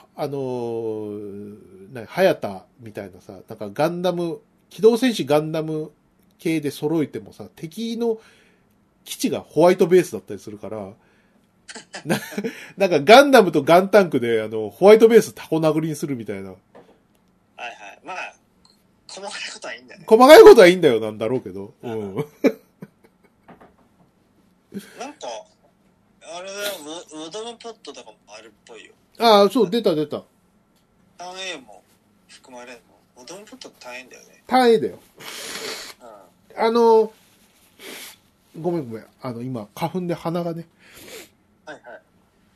ハヤタみたいなさ、なんかガンダム、機動戦士ガンダム系で揃えてもさ、敵の基地がホワイトベースだったりするから、なんかガンダムとガンタンクでホワイトベースタコ殴りにするみたいな。 はいはい。まあ、細かいことはいいんだよね。 細かいことはいいんだよなんだろうけど。うん。 なんか、あれだよ、ウォドムポットとかもあるっぽいよ。 ああ、そう、出た。 単 A も含まれるの？ウォドムポットって単 A だよね。 単 A だよ。 うん。 ごめん。今、花粉で鼻がね。 はいはい。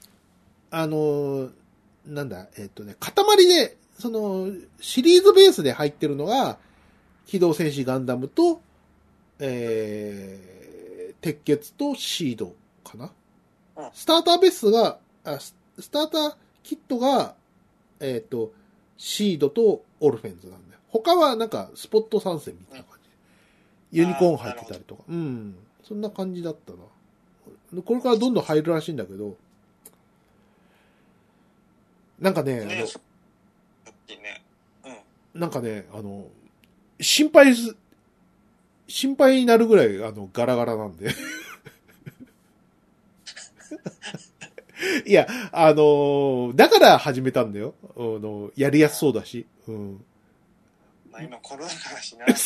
なんだ、塊で、シリーズベースで入ってるのが、機動戦士ガンダムと、鉄血とシードかな。 うん、 スターターベースが、スターターキットが、シードとオルフェンズなんだよ。他はなんか、スポット参戦みたいな感じで。ユニコーン入ってたりとか。うん。そんな感じだったな。これからどんどん入るらしいんだけど、なんかね、なんかね、心配になるぐらい、ガラガラなんで。いや、だから始めたんだよ。やりやすそうだし。うん。 まあ今コロナ禍だしな。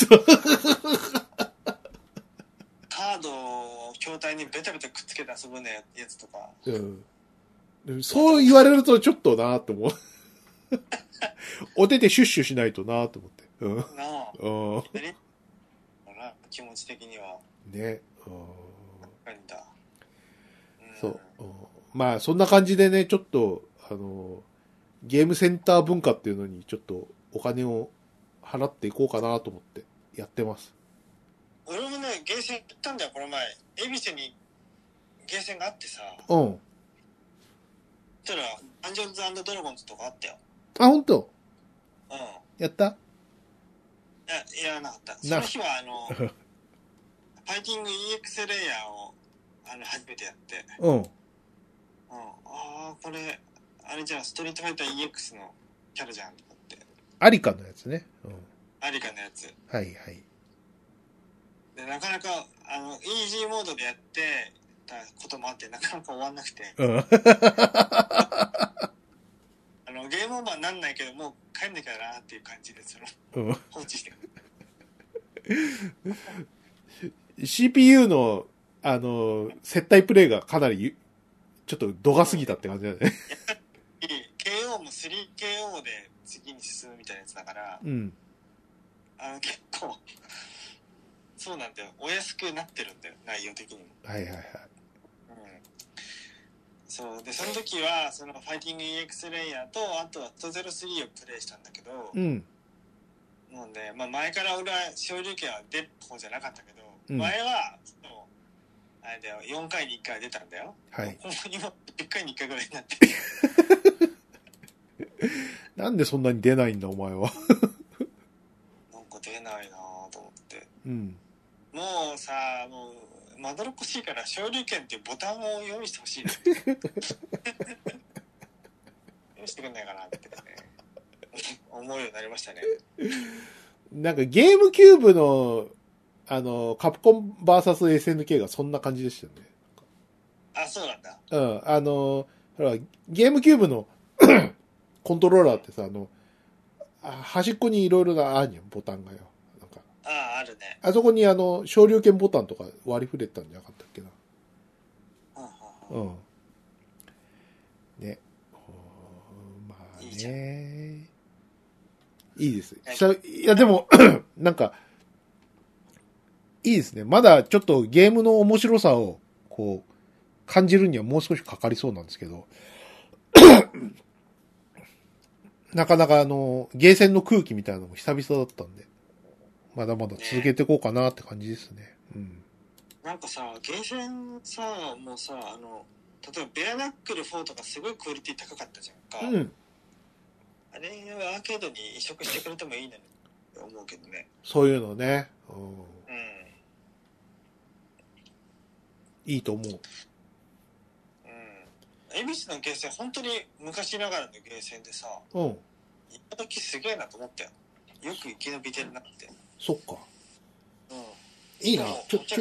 カードを筐体にベタベタくっつけて遊ぶねやつとか。 うん。そう言われるとちょっとなと思う。お手でシュッシュしないとなと思って。うん。なあ。うん。 気持ち的には。 ね。 何だ。 そう。まあ、そんな感じでね、ちょっと、ゲームセンター文化っていうのにちょっとお金を払っていこうかなと思ってやってます。 俺もね、ゲーセン行ったんだよ、この前。恵比寿にゲーセンがあってさ。 うん。 そしたら、ダンジョンズ&ドラゴンズとかあったよ。 あ、ほんと？ うん。 やった？ やらなかった。その日はファイティング EX レイヤーを初めてやって。 うん。 ああ、これ、あれじゃん、ストリートファイター EX のキャラじゃんとかって。 アリカのやつね。うん。 アリカのやつ。 はいはい。 で、なかなか、イージーモードでやってたこともあって、なかなか終わんなくて。 うん。 ゲームオーバーになんないけど、もう帰んなきゃなっていう感じで、放置してる。CPU の、接待プレイがかなり、ちょっと度が過ぎたって感じだね。 KO も 3KO で次に進むみたいなやつだから、 うん。 結構、そうなんだよ。お安くなってるんだよ、内容的にも。 はいはいはい。 そう。で、その時は、ファイティング EX レイヤーと、あとはトゼロ3をプレイしたんだけど、 うん。 もうね、まあ前から俺は昇竜拳は出る方じゃなかったけど、 うん、 前は、あれだよ、4回に1回出たんだよ。 はい。 今、10回に1回ぐらいになってなんでそんなに出ないんだ、お前は。 なんか出ないなぁと思って。 うん。 もうさ、もう、まどろっこしいから、昇竜拳っていうボタンを用意してほしいね。用意してくんないかなって、ね、思うようになりましたね。 なんかゲームキューブの、カプコン VS SNK がそんな感じでしたよね。 あ、そうなんだ。 うん。ほら、ゲームキューブのコントローラーってさ、端っこにいろいろなあるよ、ボタンがよ。なんか。 ああ、あるね。 あそこに昇竜拳ボタンとか割り振れたんじゃなかったっけな。うん。ね。まあね。いいです。いや、でも、なんか、いいですね。まだちょっとゲームの面白さを、こう、感じるにはもう少しかかりそうなんですけど、なかなかゲーセンの空気みたいなのも久々だったんで、まだまだ続けていこうかなって感じですね。うん。 なんかさ、ゲーセンさ、もうさ、 例えばベアナックル4とかすごいクオリティ高かったじゃんか。 うん。 あれはアーケードに移植してくれてもいいのにって思うけどね。 そういうのね。うん。 うん。 いいと思う。 恵比寿のゲーセン本当に昔ながらのゲーセンでさ、 うん。 行った時すげえなと思ったよ。よく生き延びてるなって。 そっか。 うん。 いいな。ちょ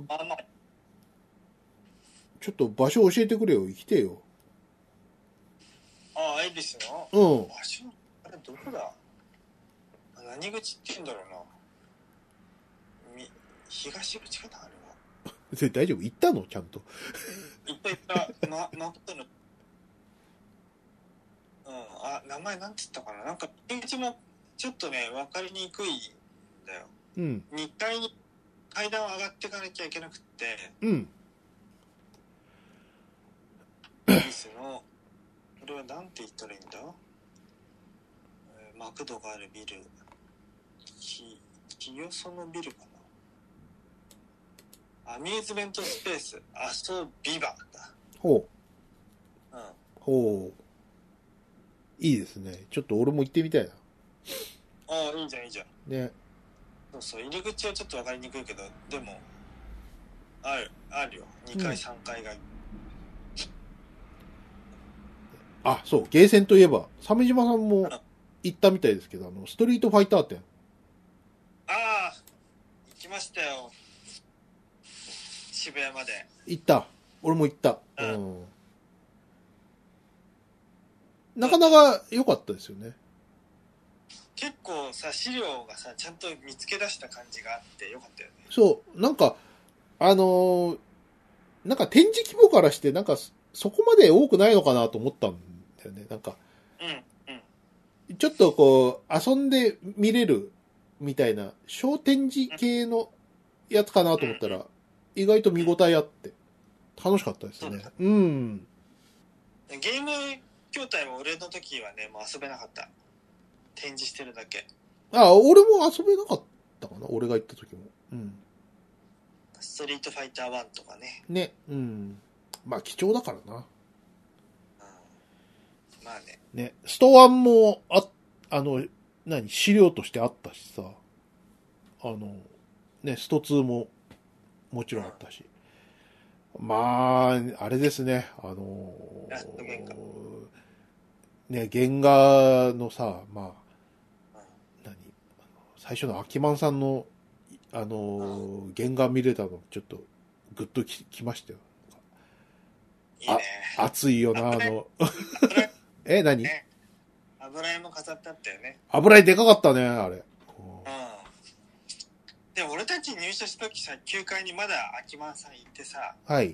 っと場所教えてくれよ。行きてよ。 ああ、恵比寿のうん。 場所、あれどこだ？何口って言うんだろうな。東口かな、あれは。 それ大丈夫？行ったのちゃんと。 いっぱいいっぱい、マップの、名前なんて言ったかな。なんか、入り口もちょっとね、わかりにくいんだよ。 うん。 2階に階段を上がっていかなきゃいけなくって、 うん。 恵比寿の、これはなんて言ったらいいんだ？マクドがあるビル、清園ビルかな。アミューズメントスペース、遊び場だ。 ほうん。 ほう。いいですね。ちょっと俺も行ってみたいな。 ああ、いいじゃん、いいじゃん。 ね。 そうそう、入り口はちょっと分かりにくいけど、でも、あるよ。2階、3階が。 あ、そう、ゲーセンといえば、鮫島さんも行ったみたいですけど、ストリートファイター店。 ああ、行きましたよ。渋谷まで。 行った。俺も行った。うん。なかなか良かったですよね。 結構さ、資料がさ、ちゃんと見つけ出した感じがあってよかったよね。 そう、なんか、なんか展示規模からして、なんか、そこまで多くないのかなと思ったんだよね。なんか、ちょっとこう、遊んで見れるみたいな、小展示系のやつかなと思ったら、意外と見応えあって、楽しかったですね。うん。 ゲーム筐体も俺の時はね、もう遊べなかった。展示してるだけ。 あ、俺も遊べなかったかな、俺が行った時も。うん。 ストリートファイター1とかね。 ね、うん。まあ貴重だからな。 まあね。 ね、ストワンも、資料としてあったしさ、ね、スト2ももちろんあったし。まあ、あれですね、ね、原画のさ、まあ、最初のアキマンさんの、原画見れたの、ちょっと、グッときましたよ。 いいね。 熱いよな、何？ 油絵も飾ってあったよね。 油絵でかかったね、あれ。うん。 でも俺たち入社した時さ、9階にまだ秋満さん行ってさ、 はい。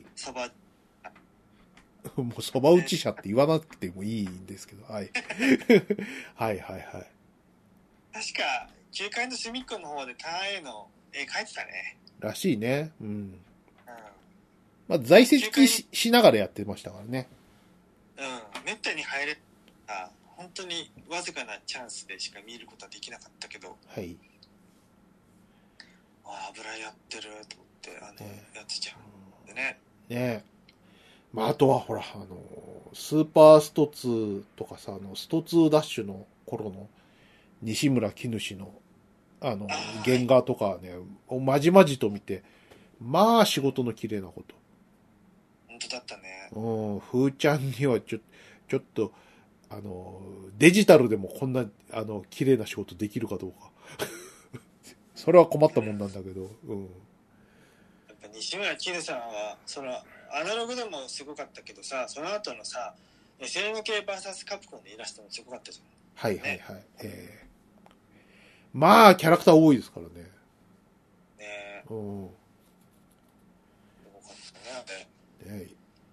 もうそば打ち社って言わなくてもいいんですけど、はい。はいはいはい。 確か、9階の隅っこの方でターン A の絵描いてたね。 らしいね。うん。まあ、在籍しながらやってましたからね。 めったに入れた、本当にわずかなチャンスでしか見ることはできなかったけど、 はい。 油やってると思って、やってちゃう。でね。 ね。まあ、あとはほら、スーパースト2とかさ、スト2ダッシュの頃の西村木主の、原画とかね、まじまじと見て、まあ、仕事の綺麗なこと。 本当だったね。 ふーちゃんにはちょっと、デジタルでもこんな、綺麗な仕事できるかどうか。それは困ったもんなんだけど、うん。 やっぱ西村木主さんは、アナログでもすごかったけどさ、その後のさ、SNK vs カプコンのイラストもすごかったじゃん。 はいはいはい。まあ、キャラクター多いですからね。 ねえ。 うん。 よかったね、あれ。 ね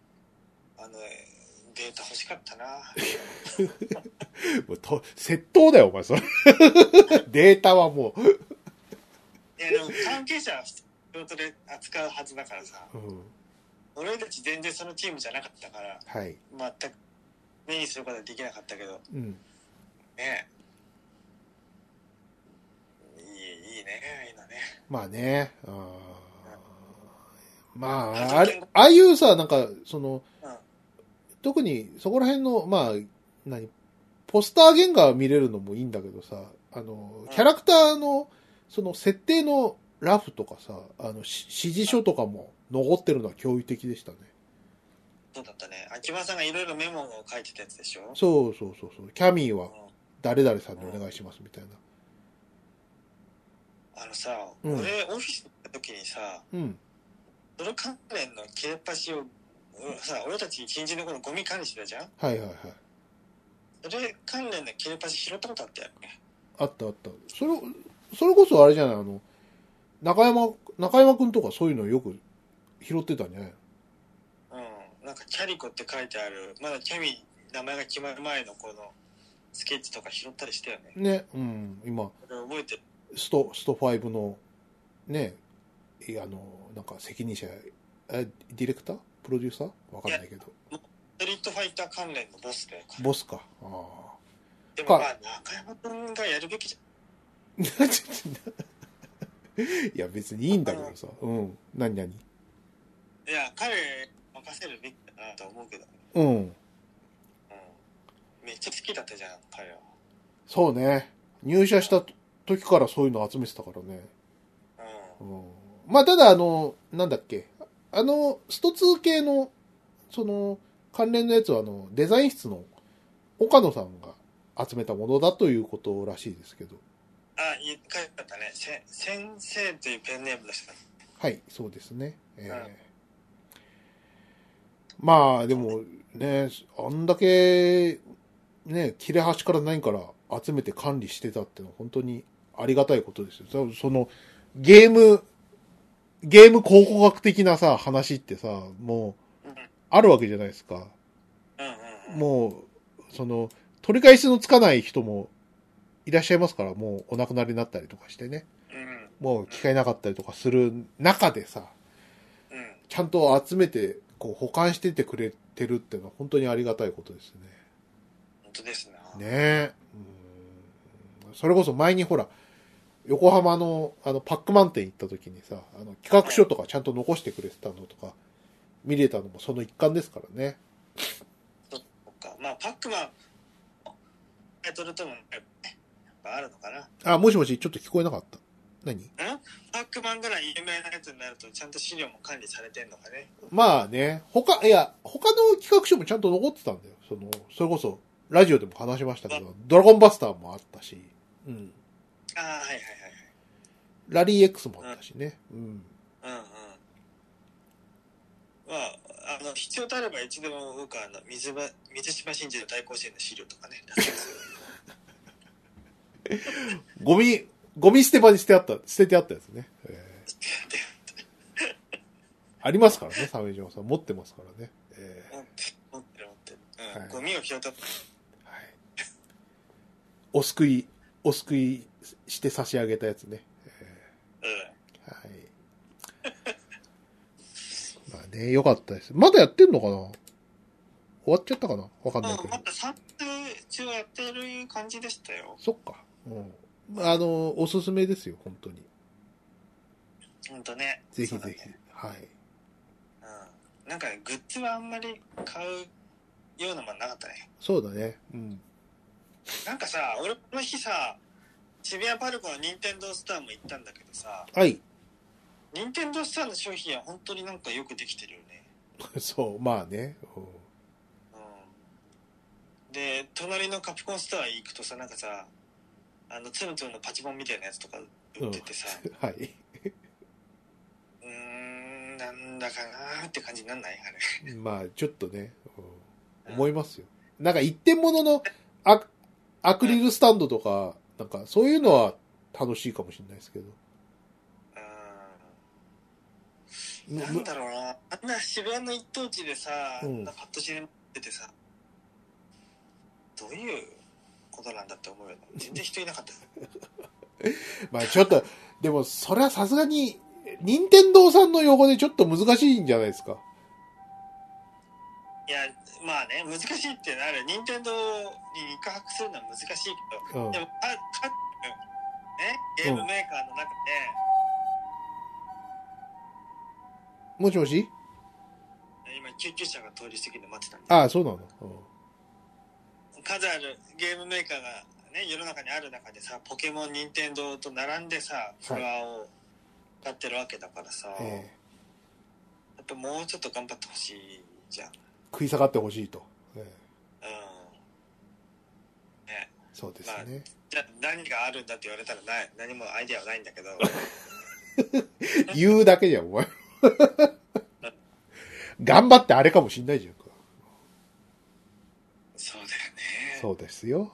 データ欲しかったな。 もう窃盗だよ、お前、それ。データはもう。 いや、でも関係者は仕事で扱うはずだからさ。俺たち全然そのチームじゃなかったから、 はい。 全く目にすることはできなかったけど、 うん。 ねえ。いいね、いいのね。 まあね。まあ、ああいうさ、なんか、 特にそこら辺の、まあ、ポスター原画見れるのもいいんだけどさ、キャラクターの、その設定のラフとかさ、指示書とかも残ってるのは驚異的でしたね。 そうだったね。秋葉さんがいろいろメモを書いてたやつでしょ。 そう。キャミーは誰々さんにお願いしますみたいな。 俺オフィス行った時にさ、その関連の切れっ端をさ、俺たち近所の頃ゴミ管理してたじゃん。 はい。 それ関連の切れっ端拾ったことあったよね。 あった。それこそあれじゃない、中山くんとかそういうのよく拾ってたね。 なんかキャリコって書いてある、まだキャミ名前が決まる前のこのスケッチとか拾ったりしたよね。 今覚えてる。 スト5のね、なんか責任者、ディレクタープロデューサーわかんないけど、 ストリートファイター関連のボスだよ。 ボスか。 でもまあ中山君がやるべきじゃん。 いや別にいいんだけどさ。何いや彼任せるべきだなと思うけど。めっちゃ好きだったじゃん彼は。 そうね。入社した時からそういうの集めてたからね。まあただなんだっけ、スト2系のその関連のやつはデザイン室の岡野さんが集めたものだということらしいですけど。 書いてあったね。先生というペンネームでした。 はい、そうですね。まあでもね、あんだけね、切れ端から何から集めて管理してたってのは本当にありがたいことですよ。そのゲーム考古学的なさ話ってさ、もうあるわけじゃないですか。もうその取り返しのつかない人もいらっしゃいますから、もうお亡くなりになったりとかしてね、もう機会なかったりとかする中でさ、ちゃんと集めてこう保管しててくれてるっていうのは本当にありがたいことですね。 本当ですね。 ねえ。それこそ前にほら横浜のパックマン店行った時にさ、企画書とかちゃんと残してくれてたのとか見れたのもその一環ですからね。 そっか。まあパックマンタイトルともやっぱあるのかな。 もしもし、ちょっと聞こえなかった。何？ パックマンぐらい有名なやつになるとちゃんと資料も管理されてんのかね。 まあね、他の企画書もちゃんと残ってたんだよ。それこそラジオでも話しましたけど、ドラゴンバスターもあったし、 はい。 ラリー X もあったしね。 まあ必要とあればいつでも僕は水島新司の対抗戦の資料とかね。 ゴミ捨て場に捨ててあったやつね。ありますからね、鮫島さん持ってますからね。 持ってる。ゴミを拾った。 お救いして差し上げたやつね。まあね、よかったです。まだやってんのかな？終わっちゃったかな？わかんないけど。 まだ3中やってる感じでしたよ。 そっか。おすすめですよ、本当に。 本当ね。 ぜひぜひ。はい。 なんかグッズはあんまり買うようなもんなかったね。 そうだね。 なんかさ、俺この日さ、渋谷パルコの任天堂スターも行ったんだけどさ、 はい。 任天堂スターの商品は本当になんかよくできてるよね。 そう、まあね。 で、隣のカプコンストア行くとさ、なんかさ、ツムツムのパチモンみたいなやつとか売っててさ、 はい。 なんだかなーって感じになんないあれ。 まあ、ちょっとね、思いますよ。なんか一点物のアクリルスタンドとか、なんかそういうのは楽しいかもしれないですけど。 なんだろうな、あんな渋谷の一等地でさ、パッとしに出てさ、どういうことなんだって思うよ。全然人いなかった。 まあちょっと、でもそれはさすがに、任天堂さんの用語でちょっと難しいんじゃないですか。 いや、まあね、難しいってなる。任天堂に肉薄するのは難しいけど、でも、ゲームメーカーの中で、 もしもし？ 今救急車が通り過ぎて待ってたんで。 ああ、そうなの。 数あるゲームメーカーがね、世の中にある中でさ、ポケモン、任天堂と並んでさ、フロアを買ってるわけだからさ、やっぱもうちょっと頑張ってほしいじゃん。 食い下がってほしいと。 うん。ね。 そうですね。 まあ、じゃあ何があるんだって言われたら何もアイデアはないんだけど。 言うだけじゃん、お前。頑張ってあれかもしんないじゃんか。 そうだよね。 そうですよ。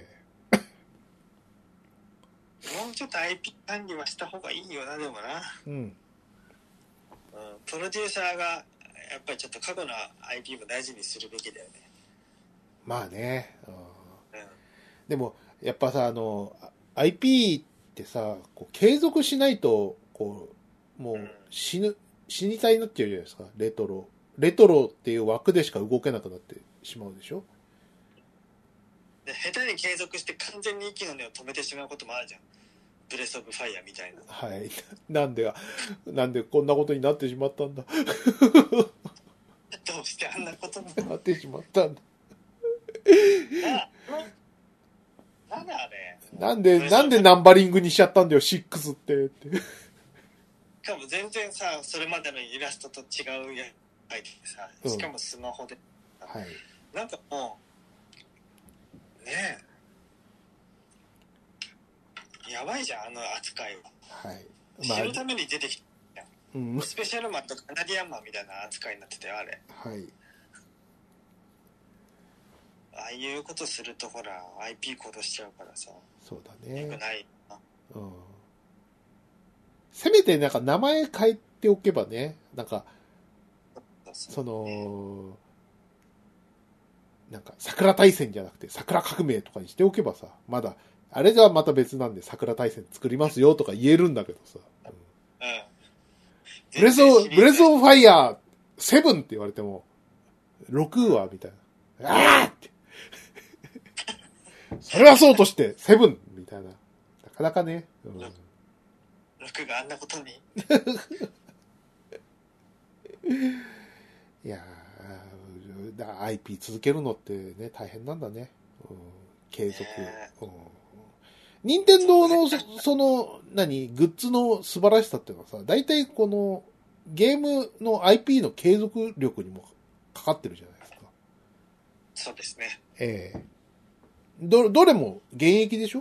もうちょっと IP 管理はした方がいいよな、でもな。 うん。 プロデューサーがやっぱりちょっと過去の IP も大事にするべきだよね。 まあね。 うん。 でも、やっぱさ、IP ってさ、こう継続しないと、こう、もう死にたいになっちゃうじゃないですか、レトロ。レトロっていう枠でしか動けなくなってしまうでしょ。 で下手に継続して完全に息の根を止めてしまうこともあるじゃん。ブレスオブファイヤーみたいな。 はい。なんでこんなことになってしまったんだ。 どうしてあんなことになってしまったんだ。 なんだあれ。 なんでナンバリングにしちゃったんだよ、6って。 しかも全然さ、それまでのイラストと違うやつでさ、しかもスマホで。 はい。 なんかもう、ねえ。やばいじゃん、あの扱いは。 はい。 知るために出てきた。 うん。 スペシャルマンとカナディアンマンみたいな扱いになってたよ、あれ。 はい。 ああいうことするとほら IP 殺しちゃうからさ。 そうだね。 よくないな。 うん。せめてなんか名前変えておけばね、なんか、なんか桜大戦じゃなくて桜革命とかにしておけばさ、まだ、あれじゃまた別なんで桜大戦作りますよとか言えるんだけどさ。うん。ブレスオブファイヤー7って言われても、6はみたいな。ああってそれはそうとして、セブンみたいな。なかなかね。うん、 6があんなことに。 いやー、IP 続けるのってね、大変なんだね。うん、継続。任天堂の、グッズの素晴らしさっていうのはさ、大体この、ゲームの IP の継続力にもかかってるじゃないですか。 そうですね。 どれも現役でしょ？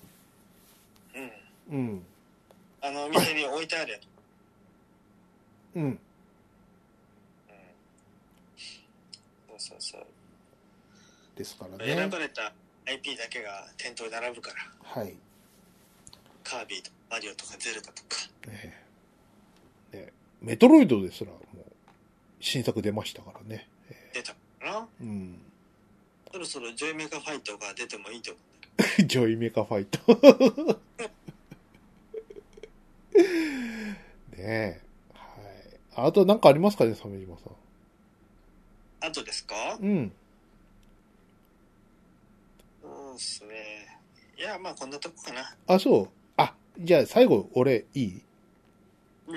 うん。うん。 店に置いてあるやつ。 うん。 そう。 ですからね。 選ばれた IP だけが店頭に並ぶから。 はい。 カービィとかマリオとかゼルダとか。 メトロイドですらもう新作出ましたからね。 出たかな？うん。そろそろジョイメカファイトが出てもいいと思うんだけど。 ジョイメカファイト。ねえ。はい。あとなんかありますかね、鮫島さん。 あとですか？ うん。 そうっすね。いや、まあこんなとこかな。 あ、そう。あ、じゃあ最後、俺、いい？ うん。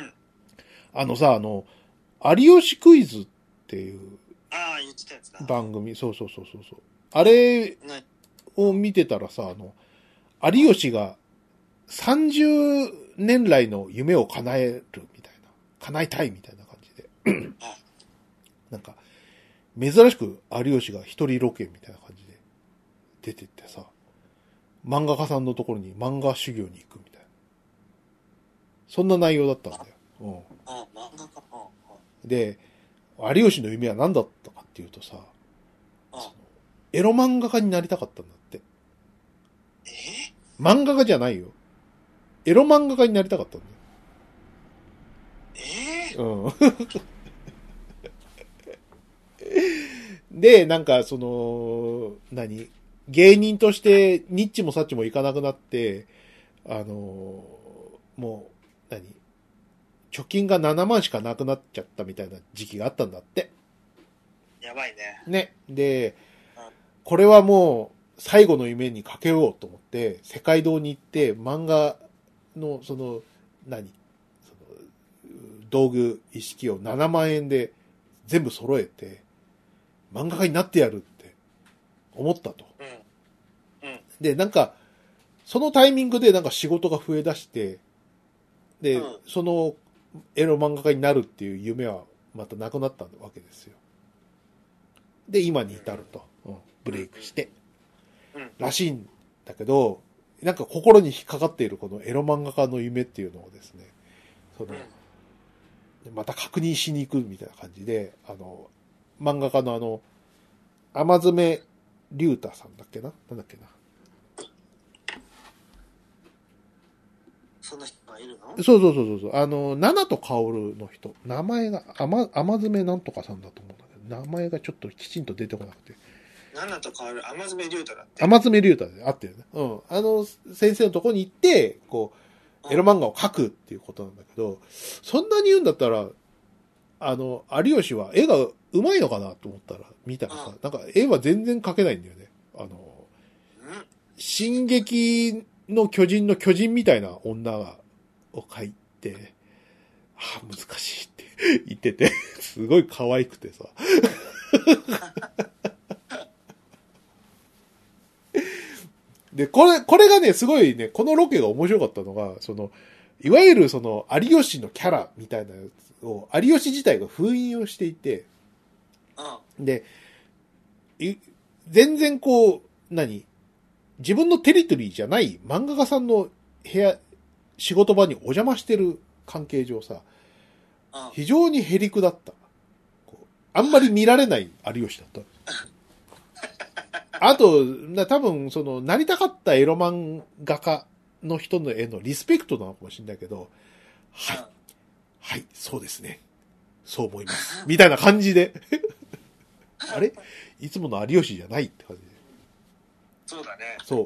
有吉クイズっていう。 ああ、言ってたやつだ。 番組、そう。あれを見てたらさ、有吉が30年来の夢を叶えるみたいな、叶えたいみたいな感じで。なんか、珍しく有吉が一人ロケみたいな感じで出てってさ、漫画家さんのところに漫画修行に行くみたいな。そんな内容だったんだよ。うん。 漫画家。 で、有吉の夢は何だったかっていうとさ、エロ漫画家になりたかったんだって。漫画家じゃないよ。エロ漫画家になりたかったんだよ。うん。で、なんか、芸人としてニッチもサッチもいかなくなって、もう、貯金が7万しかなくなっちゃったみたいな時期があったんだって。 やばいね。 ね。で、これはもう最後の夢にかけようと思って、世界堂に行って漫画の道具一式を7万円で全部揃えて、漫画家になってやるって思ったと。 うん。うん。 で、なんか、そのタイミングでなんか仕事が増え出して、で、そのエロ漫画家になるっていう夢はまたなくなったわけですよ。で、今に至ると。ブレイクして。らしいんだけど、なんか心に引っかかっているこのエロ漫画家の夢っていうのをですね、また確認しに行くみたいな感じで、漫画家の天爪龍太さんだっけななんだっけな。 そんな人がいるの？ そう。七と薫の人。名前が、天爪なんとかさんだと思うんだけど、名前がちょっときちんと出てこなくて。 七と薫、天爪龍太だって。 天爪龍太で合ってるね。先生のとこに行って、こう、エロ漫画を描くっていうことなんだけど、そんなに言うんだったら、有吉は絵が上手いのかなと思ったら、見たらさ、なんか絵は全然描けないんだよね。進撃の巨人の巨人みたいな女を描いて、難しいって言ってて、すごい可愛くてさ。で、これがね、すごいね、このロケが面白かったのが、いわゆる有吉のキャラみたいなやつを、有吉自体が封印をしていて、で、全然こう、自分のテリトリーじゃない漫画家さんの部屋、仕事場にお邪魔してる関係上さ、非常にへりくだった。あんまり見られない有吉だった。あと、多分、なりたかったエロ漫画家の人の絵のリスペクトなのかもしれないけど、はい、そうですね。そう思います。みたいな感じで。あれいつもの有吉じゃないって感じで。 そうだね。 そう。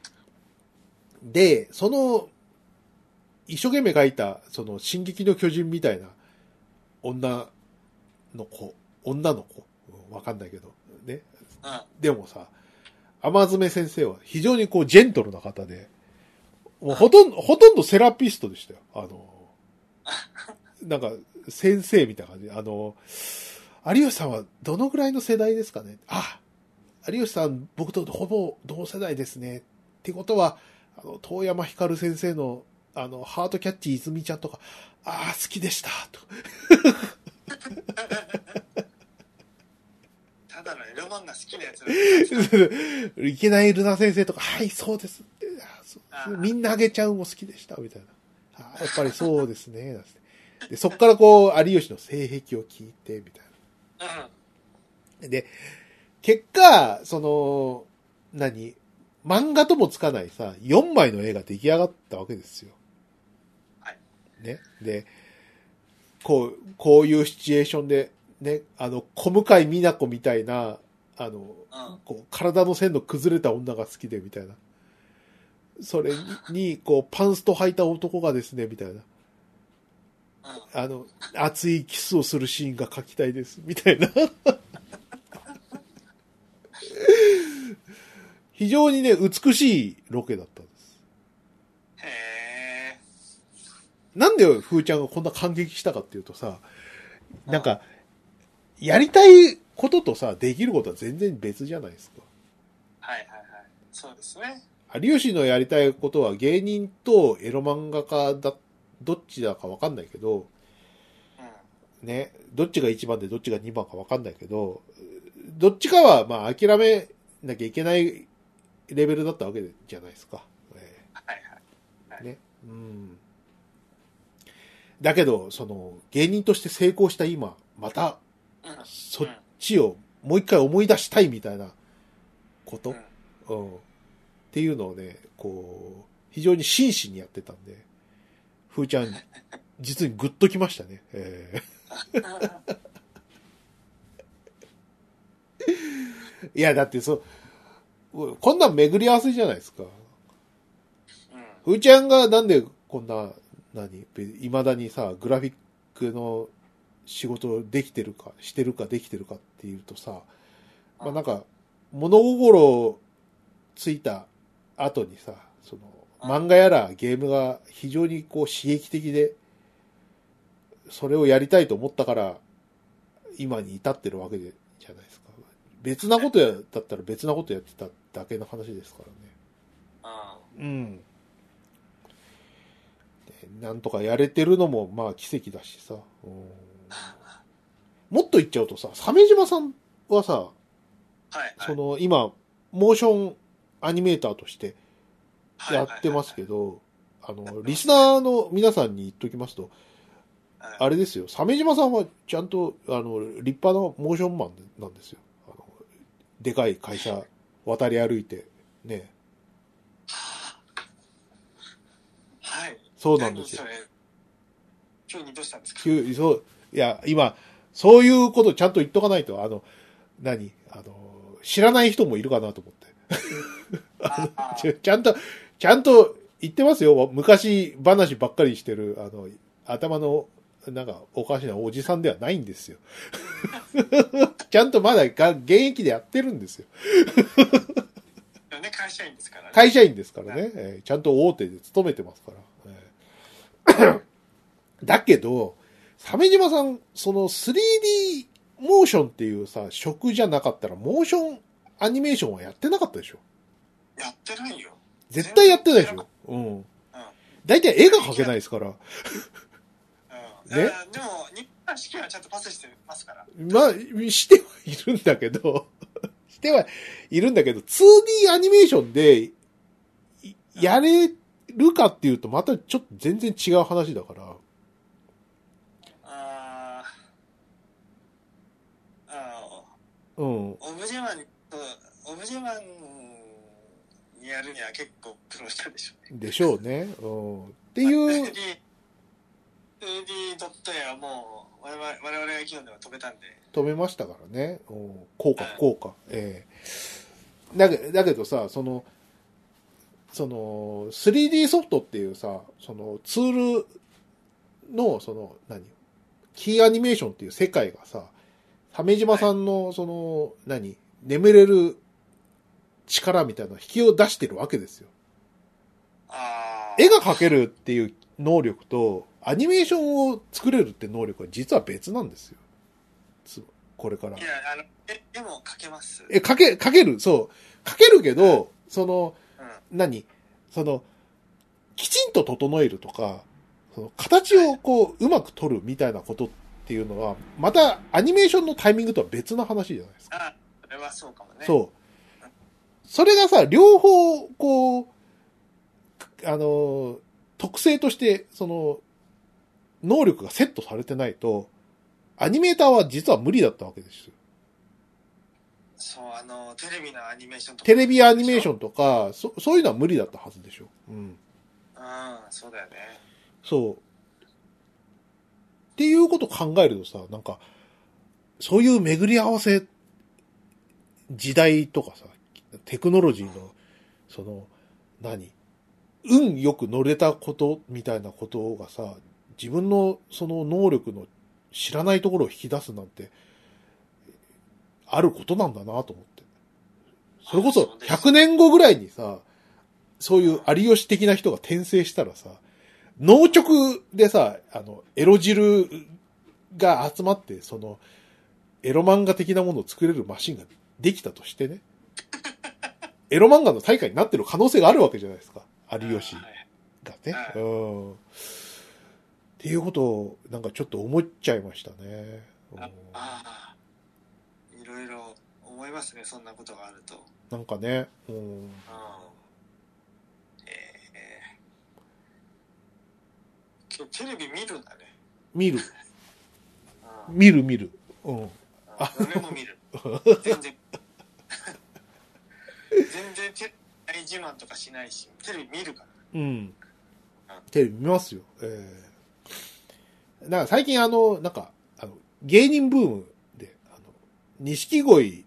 で、一生懸命描いた、進撃の巨人みたいな女の子、わかんないけど、ね。でもさ、天爪先生は非常にこう、ジェントルな方で、もうほとんどセラピストでしたよ。なんか、先生みたいな感じ。有吉さんはどのぐらいの世代ですかね？有吉さん、僕とほぼ同世代ですね。ってことは、遠山光先生の、ハートキャッチ泉ちゃんとか、好きでした、と。 ただのエロ漫画好きなやついけないルナ先生とか、はい、そうです。みんなあげちゃうも好きでした、みたいな。やっぱりそうですね。でそっからこう、有吉の性癖を聞いて、みたいな。で、結果、漫画ともつかないさ、4枚の絵が出来上がったわけですよ。 はい。 ね。で、こういうシチュエーションで、ね、小向井美奈子みたいな、こう、体の線の崩れた女が好きで、みたいな。それに、こう、パンスト履いた男がですね、みたいな。熱いキスをするシーンが描きたいです、みたいな。非常にね、美しいロケだったんです。 へー。 なんでふーちゃんがこんな感激したかっていうとさ、なんか、やりたいこととさ、できることは全然別じゃないですか。 はい。そうですね。 有吉のやりたいことは芸人とエロ漫画家だ、どっちだかわかんないけど、ね、どっちが1番でどっちが2番かわかんないけど、どっちかはまあ諦めなきゃいけないレベルだったわけじゃないですか。 はい。 ね。だけど、芸人として成功した今、また、そっちをもう一回思い出したいみたいなこと、っていうのをね、こう、非常に真摯にやってたんで、ふーちゃん、実にグッときましたね。いや、だってこんなん巡り合わせじゃないですか。ふーちゃんがなんでこんな、未だにさ、グラフィックの仕事できてるか、してるかできてるかっていうとさ、まあなんか、物心ついた後にさ、漫画やらゲームが非常にこう刺激的で、それをやりたいと思ったから、 今に至ってるわけじゃないですか。別なことだったら別なことやってただけの話ですからね。うん。でなんとかやれてるのもまあ奇跡だしさ。もっと言っちゃうとさ、鮫島さんはさ、その今、モーションアニメーターとしてやってますけど、リスナーの皆さんに言っときますと、あれですよ、鮫島さんはちゃんと、立派なモーションマンなんですよ。でかい会社渡り歩いて、ね。 はい。 そうなんですよ。 急にどうしたんですか？ そう、いや、今、そういうことちゃんと言っとかないと、知らない人もいるかなと思って。ちゃんと言ってますよ。昔話ばっかりしてる、頭の、なんか、おかしなおじさんではないんですよ。ちゃんとまだ現役でやってるんですよ。 会社員ですからね。 会社員ですからね。ちゃんと大手で勤めてますから。だけど、鮫島さん、その 3D モーションっていうさ、職じゃなかったら、モーションアニメーションはやってなかったでしょ？ やってないよ。 絶対やってないでしょ？うん。大体絵が描けないですから。 ね、でも、日本試験はちゃんとパスしてますから。 まあ、してはいるんだけど、2D アニメーションで、やれるかっていうと、またちょっと全然違う話だから。うん。 オブジェマンやるには結構苦労したでしょうね。 でしょうね。うん。っていう。 2D ドット絵はもう我々が生きるのは飛べたんで。 飛べましたからね。効果不効果。だけどさ、その 3D ソフトっていうさ、そのツールの、キーアニメーションっていう世界がさ、鮫島さんの、眠れる力みたいなのを引きを出してるわけですよ。絵が描けるっていう能力と、アニメーションを作れるって能力は実は別なんですよ。これから。いや、 絵も描けます。 描ける、そう。描けるけど、きちんと整えるとか、形をうまく取るみたいなことっていうのは、またアニメーションのタイミングとは別の話じゃないですか。 それはそうかもね。 そう。それがさ、両方、特性として、能力がセットされてないと、アニメーターは実は無理だったわけですよ。 そう、テレビのアニメーションとか。 テレビアニメーションとか、そういうのは無理だったはずでしょ。うん。 そうだよね。 そう。っていうことを考えるとさ、なんか、そういう巡り合わせ、時代とかさ、テクノロジーの、運よく乗れたことみたいなことがさ、自分のその能力の知らないところを引き出すなんて、あることなんだなと思って。それこそ100年後ぐらいにさ、そういう有吉的な人が転生したらさ、農直でさ、エロ汁が集まって、エロ漫画的なものを作れるマシンができたとしてね。エロ漫画の大会になってる可能性があるわけじゃないですか。有吉がね。っていうことを、なんかちょっと思っちゃいましたね。 いろいろ思いますね、そんなことがあると。 なんかね。 テレビ見るんだね。 見る。見る。うん。 俺も見る。全然テレビ自慢とかしないし、テレビ見るから。 うん。テレビ見ますよ。なんか最近芸人ブームで、錦鯉、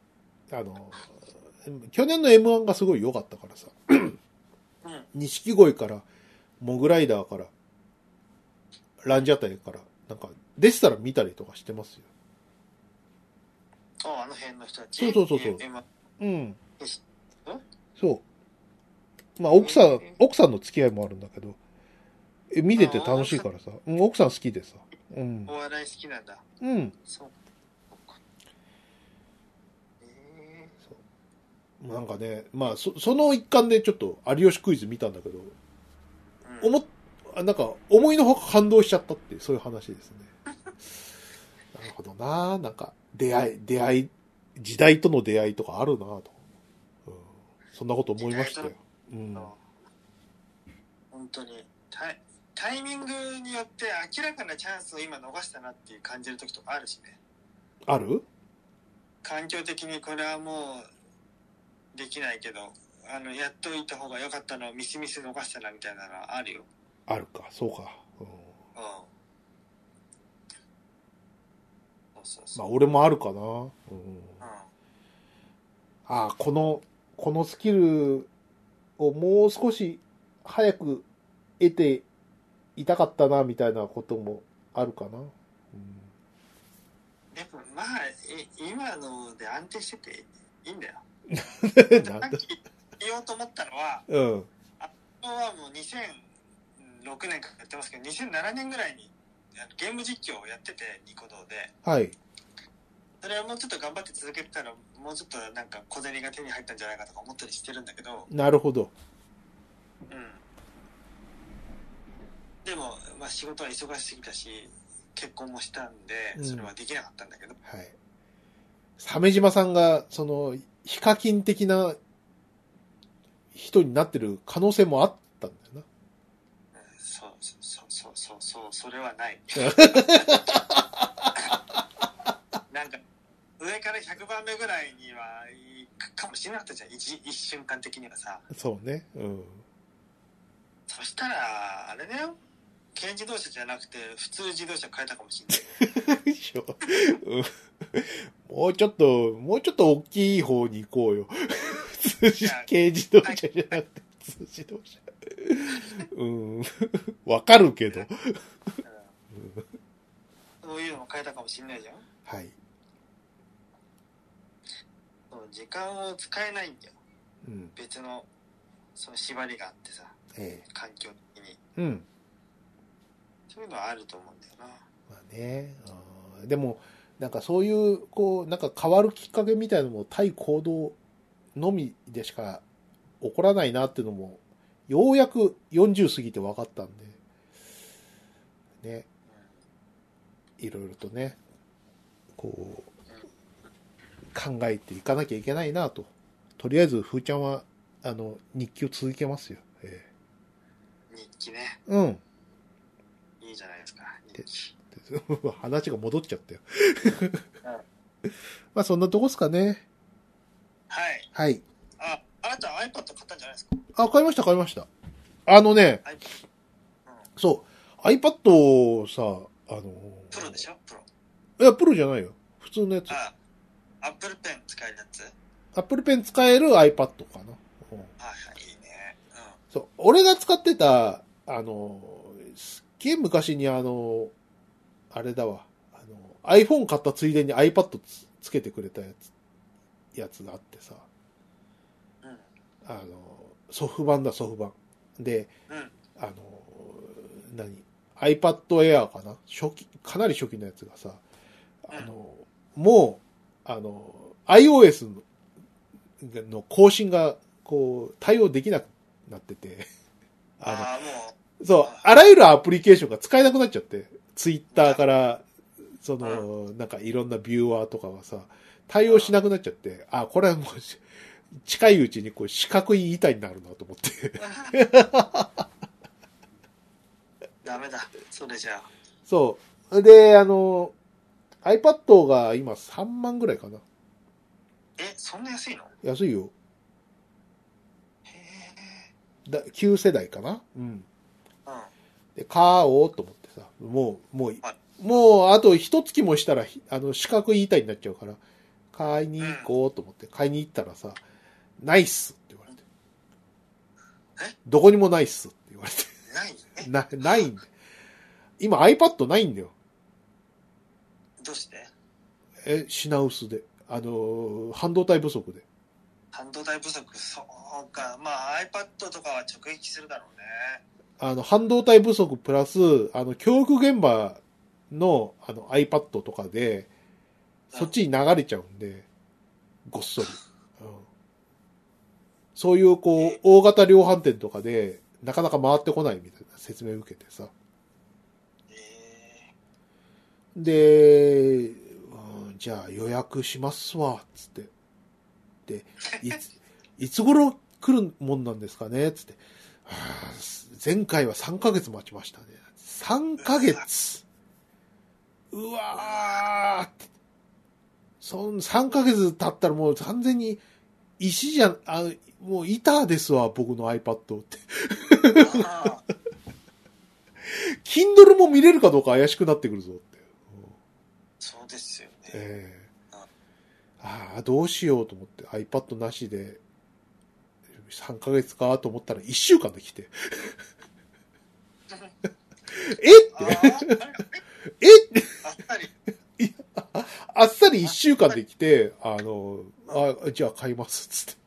去年の M1 がすごい良かったからさ、錦鯉から、モグライダーから、ランジャタイから、なんか、でしたら見たりとかしてますよ。 あの辺の人たち。 そう。うん。そう。まあ、奥さんの付き合いもあるんだけど、見てて楽しいからさ。奥さん好きでさ。 お笑い好きなんだ。 うん。 そうか。 なんかね、まあ、その一環でちょっと有吉クイズ見たんだけど、なんか、思いのほか感動しちゃったっていう、そういう話ですね。なるほどな。なんか、出会い、時代との出会いとかあるなと、うん。そんなこと思いましたよ。うん。 本当にタイミングによって明らかなチャンスを今逃したなっていう感じる時とかあるしね。 ある？ 環境的にこれはもうできないけど、やっといた方が良かったのをミス逃したなみたいなのはあるよ。 あるか、そうか。うん。まあ、俺もあるかな。うん。ああ、このスキルをもう少し早く得ていたかったな、みたいなこともあるかな。うん、 でも、まあ、今ので安定してていいんだよ。さっき言おうと思ったのは、 うん。 はもう2006年からやってますけど、2007年ぐらいにゲーム実況をやってて、ニコ動で。 はい。 それはもうちょっと頑張って続けてたら、もうちょっとなんか小銭が手に入ったんじゃないかとか思ったりしてるんだけど。 なるほど。 うん。でも、まあ仕事は忙しすぎたし、結婚もしたんで、それはできなかったんだけど。 はい。鮫島さんが、その、ヒカキン的な人になってる可能性もあったんだよな。 それはない。なんか、上から100番目ぐらいには、かもしれなかったじゃん。一瞬間的にはさ。 そうね。うん。 そしたら、あれだよ。軽自動車じゃなくて、普通自動車変えたかもしれない。 もうちょっと大きい方に行こうよ。軽自動車じゃなくて、普通自動車。うん。わかるけど。 そういうのも変えたかもしれないじゃん。 はい。 時間を使えないんだよ。 うん。 別の、その縛りがあってさ。環境的に。 うん。 そういうのはあると思うんだよな。 まあね。でも、なんかそういう、なんか変わるきっかけみたいなのも対行動のみでしか起こらないなっていうのも、ようやく40過ぎて分かったんで、ね。いろいろとね、考えていかなきゃいけないなと。とりあえず、ふーちゃんは、日記を続けますよ。 日記ね。 うん。 いいじゃないですか。日記。 話が戻っちゃったよ。まあ、そんなとこっすかね。 はい。 はい。 あなた iPad 買ったんじゃないですか？ 買いました。そう、iPad さ、 プロでしょ？プロ。 いや、プロじゃないよ。普通のやつ。 Apple Pen 使えるやつ？ Apple Pen 使える iPad かな。 はい、いいね。 そう。俺が使ってた、すっげえ昔にあれだわ。iPhone 買ったついでに iPad つけてくれたやつがあってさ。 うん。 ソフ版。で、 うん。 iPad Air かな？かなり初期のやつがさ、もう、iOS の更新が、対応できなくなってて、そう、あらゆるアプリケーションが使えなくなっちゃって、Twitter から、なんかいろんなビューワーとかがさ、対応しなくなっちゃって、これはもう、近いうちに四角い板になるなと思って。 ダメだ、それじゃあ。 そう。で、iPad が今3万ぐらいかな。 そんな安いの？ 安いよ。旧世代かな。うん。で、買おうと思ってさ、もう、あと一月もしたら、四角い板になっちゃうから、買いに行こうと思って、買いに行ったらさ、ないっすって言われて。どこにもないっすって言われて。ないんだよ。今 iPad ないんだよ。 どうして？ 品薄で。半導体不足で。 半導体不足、そうか。まあ iPad とかは直撃するだろうね。 半導体不足プラス、教育現場の、iPad とかで、そっちに流れちゃうんで、ごっそり。 そういうこう、大型量販店とかで、なかなか回ってこないみたいな説明を受けてさ。で、じゃあ予約しますわ、つって。で、いつ頃来るもんなんですかねつって。前回は3ヶ月待ちましたね。3ヶ月。うわーって。3ヶ月経ったらもう完全に石じゃ、もう板ですわ、僕の iPad って。Kindle も見れるかどうか怪しくなってくるぞって。 そうですよね。 どうしようと思って iPad なしで3ヶ月かと思ったら1週間で来て。えってあっさり1週間で来て、じゃあ買います、つって。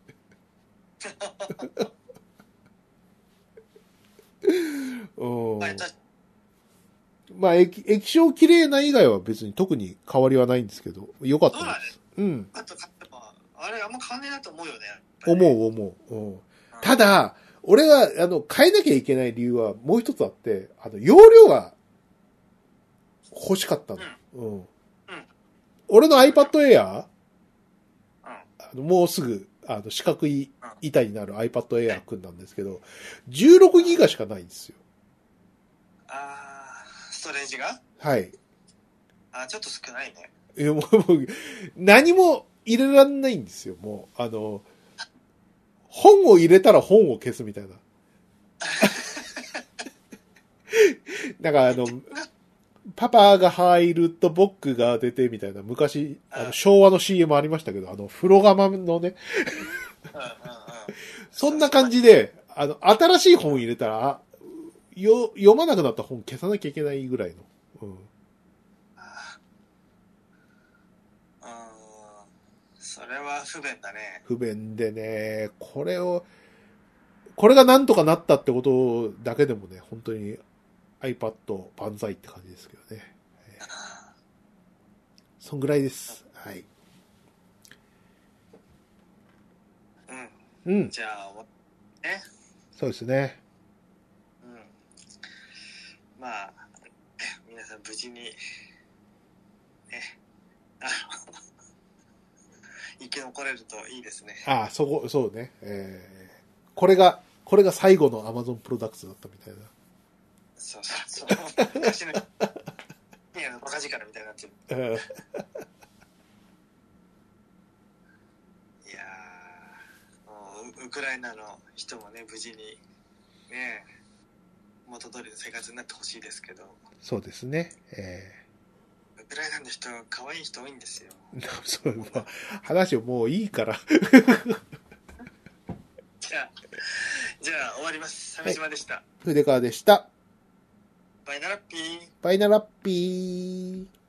まあ、液晶綺麗な以外は別に特に変わりはないんですけど、良かったです。うん。 あれ、あんま変わんねえなと思うよね。 思う。ただ、俺が、変えなきゃいけない理由はもう一つあって、容量が欲しかったの。俺の iPad Air、もうすぐ、四角い板になる iPad Air くんなんですけど、16ギガしかないんですよ。 ストレージが？ はい。 ちょっと少ないね。 もう、何も入れられないんですよ、もう。本を入れたら本を消すみたいな。なんかパパが入るとボックが出てみたいな、昔、昭和の CM ありましたけど、風呂釜のね、そんな感じで、新しい本入れたら、読まなくなった本消さなきゃいけないぐらいの。 それは不便だね。 不便でね、これがなんとかなったってことだけでもね、本当に iPad 万歳って感じですけどね。そんぐらいです。はい。 じゃあ、 そうですね。 まあ、皆さん無事に、ね、生き残れるといいですね。 そうね。これが最後の Amazon プロダクツだったみたいな。 そう。昔の、バカ力みたいになってる。いやー、ウクライナの人もね、無事に、ね、元通りの生活になってほしいですけど。 そうですね。 ウクライナの人、可愛い人多いんですよ。 そう、まあ、話をもういいから。 じゃあ終わります。鮫島でした。 筆川でした。 バイナラッピー。 バイナラッピー。